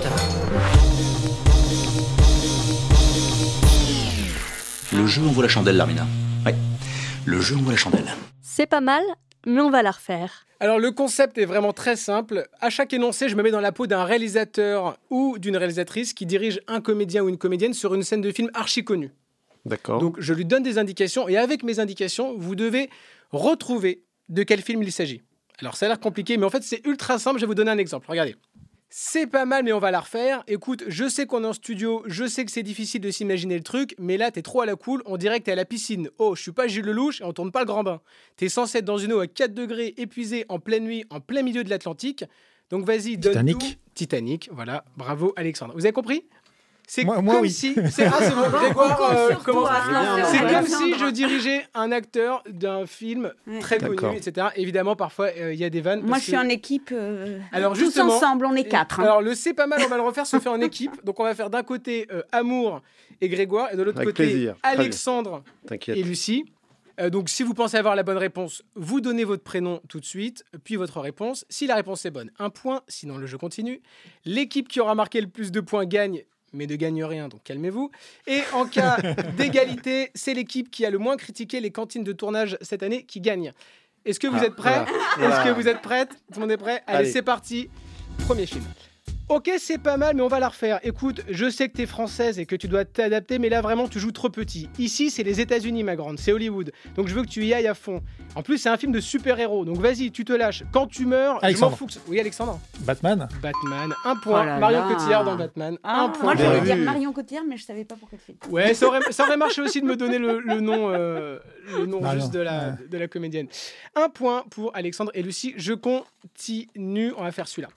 Le jeu envoie la chandelle, Larmina. Ouais, le jeu envoie la chandelle. C'est pas mal, mais on va la refaire. Alors le concept est vraiment très simple. À chaque énoncé, je me mets dans la peau d'un réalisateur ou d'une réalisatrice qui dirige un comédien ou une comédienne sur une scène de film archi connue. D'accord. Donc je lui donne des indications et avec mes indications, vous devez retrouver de quel film il s'agit. Alors ça a l'air compliqué, mais en fait c'est ultra simple. Je vais vous donner un exemple. Regardez. C'est pas mal, mais on va la refaire. Écoute, je sais qu'on est en studio, je sais que c'est difficile de s'imaginer le truc, mais là, t'es trop à la cool, on dirait que t'es à la piscine. Oh, je suis pas Gilles Lelouch et on tourne pas le grand bain. T'es censé être dans une eau à quatre degrés, épuisé, en pleine nuit, en plein milieu de l'Atlantique. Donc vas-y, donne Titanic. tout. Titanic, voilà. Bravo, Alexandre. Vous avez compris ? C'est moi, comme moi, oui. si... C'est, ah, c'est bon, Grégoire, euh, comment... C'est Ouais. comme si je dirigeais un acteur d'un film Ouais. très D'accord. connu, et cetera. Évidemment, parfois, il euh, y a des vannes. Moi, parce je suis que- en équipe. Euh, Alors, tous justement, ensemble, on est quatre. Hein. Alors, le c'est pas mal, on va le refaire, se fait en équipe. Donc, on va faire d'un côté euh, Amour et Grégoire, et de l'autre Avec côté plaisir. Très bien. Alexandre T'inquiète. et Lucie. Euh, donc, si vous pensez avoir la bonne réponse, vous donnez votre prénom tout de suite, puis votre réponse. Si la réponse est bonne, un point, sinon le jeu continue. L'équipe qui aura marqué le plus de points gagne, mais ne gagne rien, donc calmez-vous. Et en cas d'égalité, c'est l'équipe qui a le moins critiqué les cantines de tournage cette année qui gagne. Est-ce que vous Ah, êtes prêts ? voilà. Est-ce que vous êtes prêtes ? Tout le monde est prêt ? Allez, Allez. c'est parti. Premier film. Ok, c'est pas mal, mais on va la refaire. Écoute, je sais que t'es française et que tu dois t'adapter, mais là vraiment tu joues trop petit. Ici, c'est les États-Unis, ma grande, c'est Hollywood. Donc je veux que tu y ailles à fond. En plus, c'est un film de super-héros, donc vas-y, tu te lâches. Quand tu meurs, Alexandre. je m'en fous. que- Oui, Alexandre. Batman. Batman, un point. Oh là Marion là. Cotillard dans Batman, Ah, un point. moi, j'allais Bien dire vu. Marion Cotillard, mais je savais pas pour quel film. Ouais, ça aurait, ça aurait marché aussi de me donner le, le nom, euh, le nom Marion, juste de la, ouais. de la comédienne. Un point pour Alexandre et Lucie. Je continue. On va faire celui-là.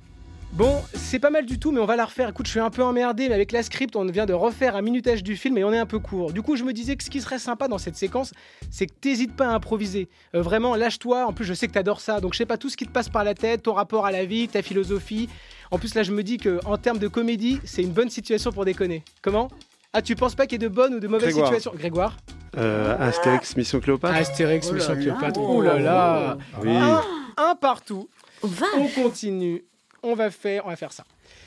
Bon, c'est pas mal du tout, mais on va la refaire. Écoute, je suis un peu emmerdé, mais avec la script, on vient de refaire un minutage du film et on est un peu court. Du coup, je me disais que ce qui serait sympa dans cette séquence, c'est que t'hésites pas à improviser. Euh, vraiment, lâche-toi. En plus, je sais que t'adores ça. Donc, je sais pas, tout ce qui te passe par la tête, ton rapport à la vie, ta philosophie. En plus, là, je me dis qu'en termes de comédie, c'est une bonne situation pour déconner. Comment ? Ah, tu penses pas qu'il y ait de bonnes ou de mauvaises Grégoire. situations ? Grégoire ? Euh, Astérix, Mission Cléopâtre. Astérix, Oh là Mission là. Cléopâtre. Oh là là Oui. un, un partout. Oh, vache. On continue. On va faire, on va faire ça.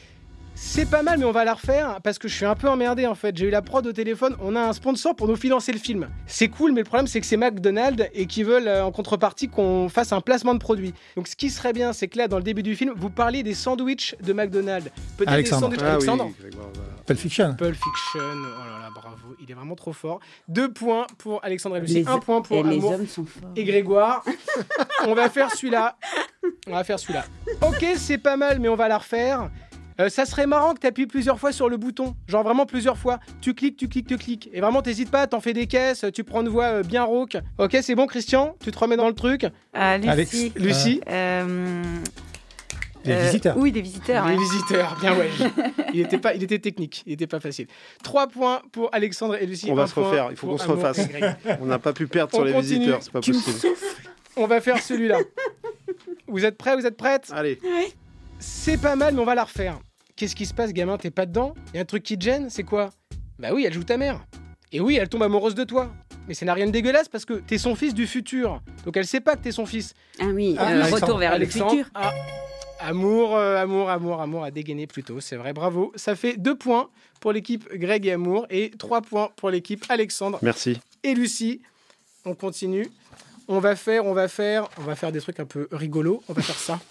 C'est pas mal, mais on va la refaire parce que je suis un peu emmerdé en fait. J'ai eu la prod au téléphone, on a un sponsor pour nous financer le film. C'est cool, mais le problème c'est que c'est McDonald's et qu'ils veulent euh, en contrepartie qu'on fasse un placement de produit. Donc ce qui serait bien, c'est que là, dans le début du film, vous parliez des sandwichs de McDonald's. Peut-être Alexandre. des sandwichs. Ah Alexandre. oui, Grégoire, voilà. Pulp Fiction. Pulp Fiction, oh là là, bravo, il est vraiment trop fort. Deux points pour Alexandre et Lucie, Les- un point pour et les Amour hommes sont forts. et Grégoire. On va faire celui-là. On va faire celui-là. Ok, c'est pas mal, mais on va la refaire. Euh, ça serait marrant que tu appuies plusieurs fois sur le bouton. Genre vraiment plusieurs fois. Tu cliques, tu cliques, tu cliques. Et vraiment, t'hésites pas, t'en fais des caisses, tu prends une voix euh, bien rauque. Ok, c'est bon, Christian ? Tu te remets dans le truc ? Ah, Lucie. Alex. Lucie ? Euh, Des Euh, visiteurs. Oui, des visiteurs. Les ouais. visiteurs, bien ouais. Il était, pas, il était technique, il était pas facile. Trois points pour Alexandre et Lucie. On va un se point refaire, il faut pour qu'on se Amour refasse. et Greg. On n'a pas pu perdre On sur les continue. visiteurs, c'est pas Tu me possible. On va faire celui-là. Vous êtes prêts, vous êtes prêtes? Allez. C'est pas mal, mais on va la refaire. Qu'est-ce qui se passe, gamin? T'es pas dedans? Y a un truc qui te gêne? C'est quoi? Bah oui, elle joue ta mère. Et oui, elle tombe amoureuse de toi. Mais ça n'a rien de dégueulasse parce que t'es son fils du futur. Donc elle sait pas que t'es son fils. Ah oui, Ah, euh, Alexandre, retour vers Alexandre, le futur. ah, amour, euh, amour, amour, amour a dégainé plutôt, c'est vrai, bravo. Ça fait deux points pour l'équipe Greg et Amour et trois points pour l'équipe Alexandre Merci. et Lucie. On continue. On va faire, on va faire, on va faire des trucs un peu rigolos. On va faire ça.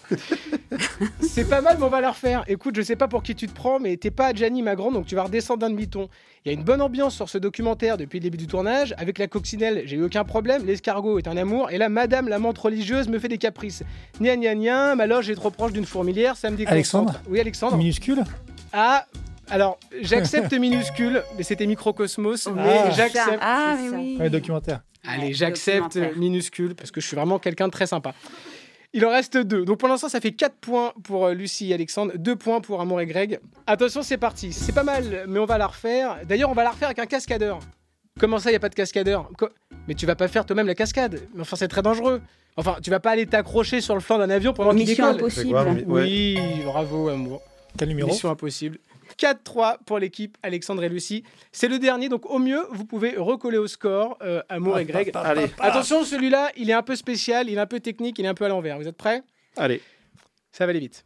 C'est pas mal, mais on va la refaire. Écoute, je sais pas pour qui tu te prends, mais t'es pas Gianni ma grande, donc tu vas redescendre d'un demi-ton. Il y a une bonne ambiance sur ce documentaire depuis le début du tournage. Avec la coccinelle, j'ai eu aucun problème. L'escargot est un amour. Et là, madame la menthe religieuse me fait des caprices. Gna gna gna, ma loge est trop proche d'une fourmilière, ça me déconcentre. Alexandre Oui, Alexandre. Minuscule. Ah, alors, j'accepte minuscule, mais c'était microcosmos. Ah. Mais j'accepte. Ah, mais oui. Ouais, documentaire. Allez, Ouais, j'accepte documentaire. minuscule parce que je suis vraiment quelqu'un de très sympa. Il en reste deux. Donc pour l'instant, ça fait quatre points pour euh, Lucie et Alexandre, deux points pour Amour et Greg. Attention, c'est parti. C'est pas mal, mais on va la refaire. D'ailleurs, on va la refaire avec un cascadeur. Comment ça, il n'y a pas de cascadeur? Co- Mais tu vas pas faire toi-même la cascade. Mais enfin, c'est très dangereux. Enfin, tu vas pas aller t'accrocher sur le flanc d'un avion pendant qu'il Mission décolle. impossible. quoi, mais- ouais. Oui, bravo, Amour. Quel numéro? Mission impossible. quatre trois pour l'équipe Alexandre et Lucie. C'est le dernier, donc au mieux, vous pouvez recoller au score euh, Amour et Greg. Allez, Attention, celui-là, il est un peu spécial, il est un peu technique, il est un peu à l'envers. Vous êtes prêts? allez. Ça va aller vite.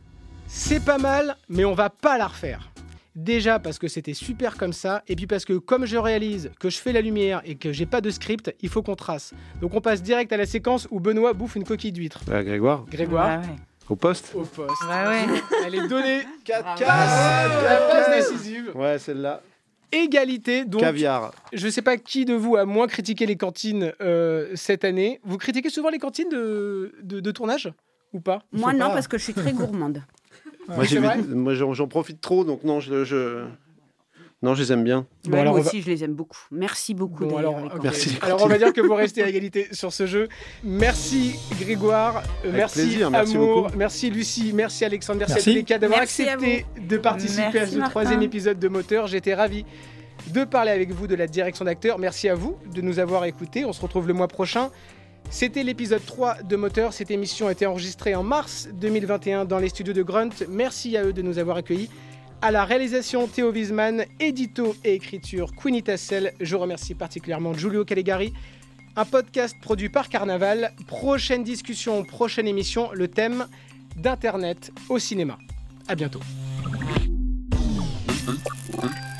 C'est pas mal, mais on va pas la refaire. Déjà parce que c'était super comme ça, et puis parce que comme je réalise que je fais la lumière et que j'ai pas de script, il faut qu'on trace. Donc on passe direct à la séquence où Benoît bouffe une coquille d'huître. Bah, Grégoire, Grégoire, Ah ouais. au poste. au poste. Bah ouais. Elle est donnée. quatre La passe décisive. Ouais, celle-là. Égalité, donc Caviar. je sais pas qui de vous a moins critiqué les cantines euh, cette année. Vous critiquez souvent les cantines de, de, de tournage ou pas? Moi, faut non, pas. parce que je suis très gourmande. Moi, j'ai c'est vu- vrai moi j'en, j'en profite trop, donc non, je, je... non, je les aime bien. Bon, Ouais, alors, moi on va- aussi, je les aime beaucoup. Merci beaucoup. Bon, d'ailleurs, alors, les ok. cantines. Merci. Alors on va dire que vous restez à égalité sur ce jeu. Merci Grégoire, euh, Avec merci plaisir, merci Amour, beaucoup. merci Lucie, merci Alexandre, merci, Merci. à tous les cas d'avoir Merci à accepté de participer Merci, à ce Martin. troisième épisode de Moteur. J'étais ravi de parler avec vous de la direction d'acteur. Merci à vous de nous avoir écoutés. On se retrouve le mois prochain. C'était l'épisode trois de Moteur. Cette émission a été enregistrée en mars deux mille vingt et un dans les studios de Grunt. Merci à eux de nous avoir accueillis. À la réalisation, Théo Wiesmann, édito et écriture, Queenie Tassel. Je remercie particulièrement Giulio Calegari. Un podcast produit par Carnaval. Prochaine discussion, prochaine émission, le thème d'Internet au cinéma. À bientôt. Hein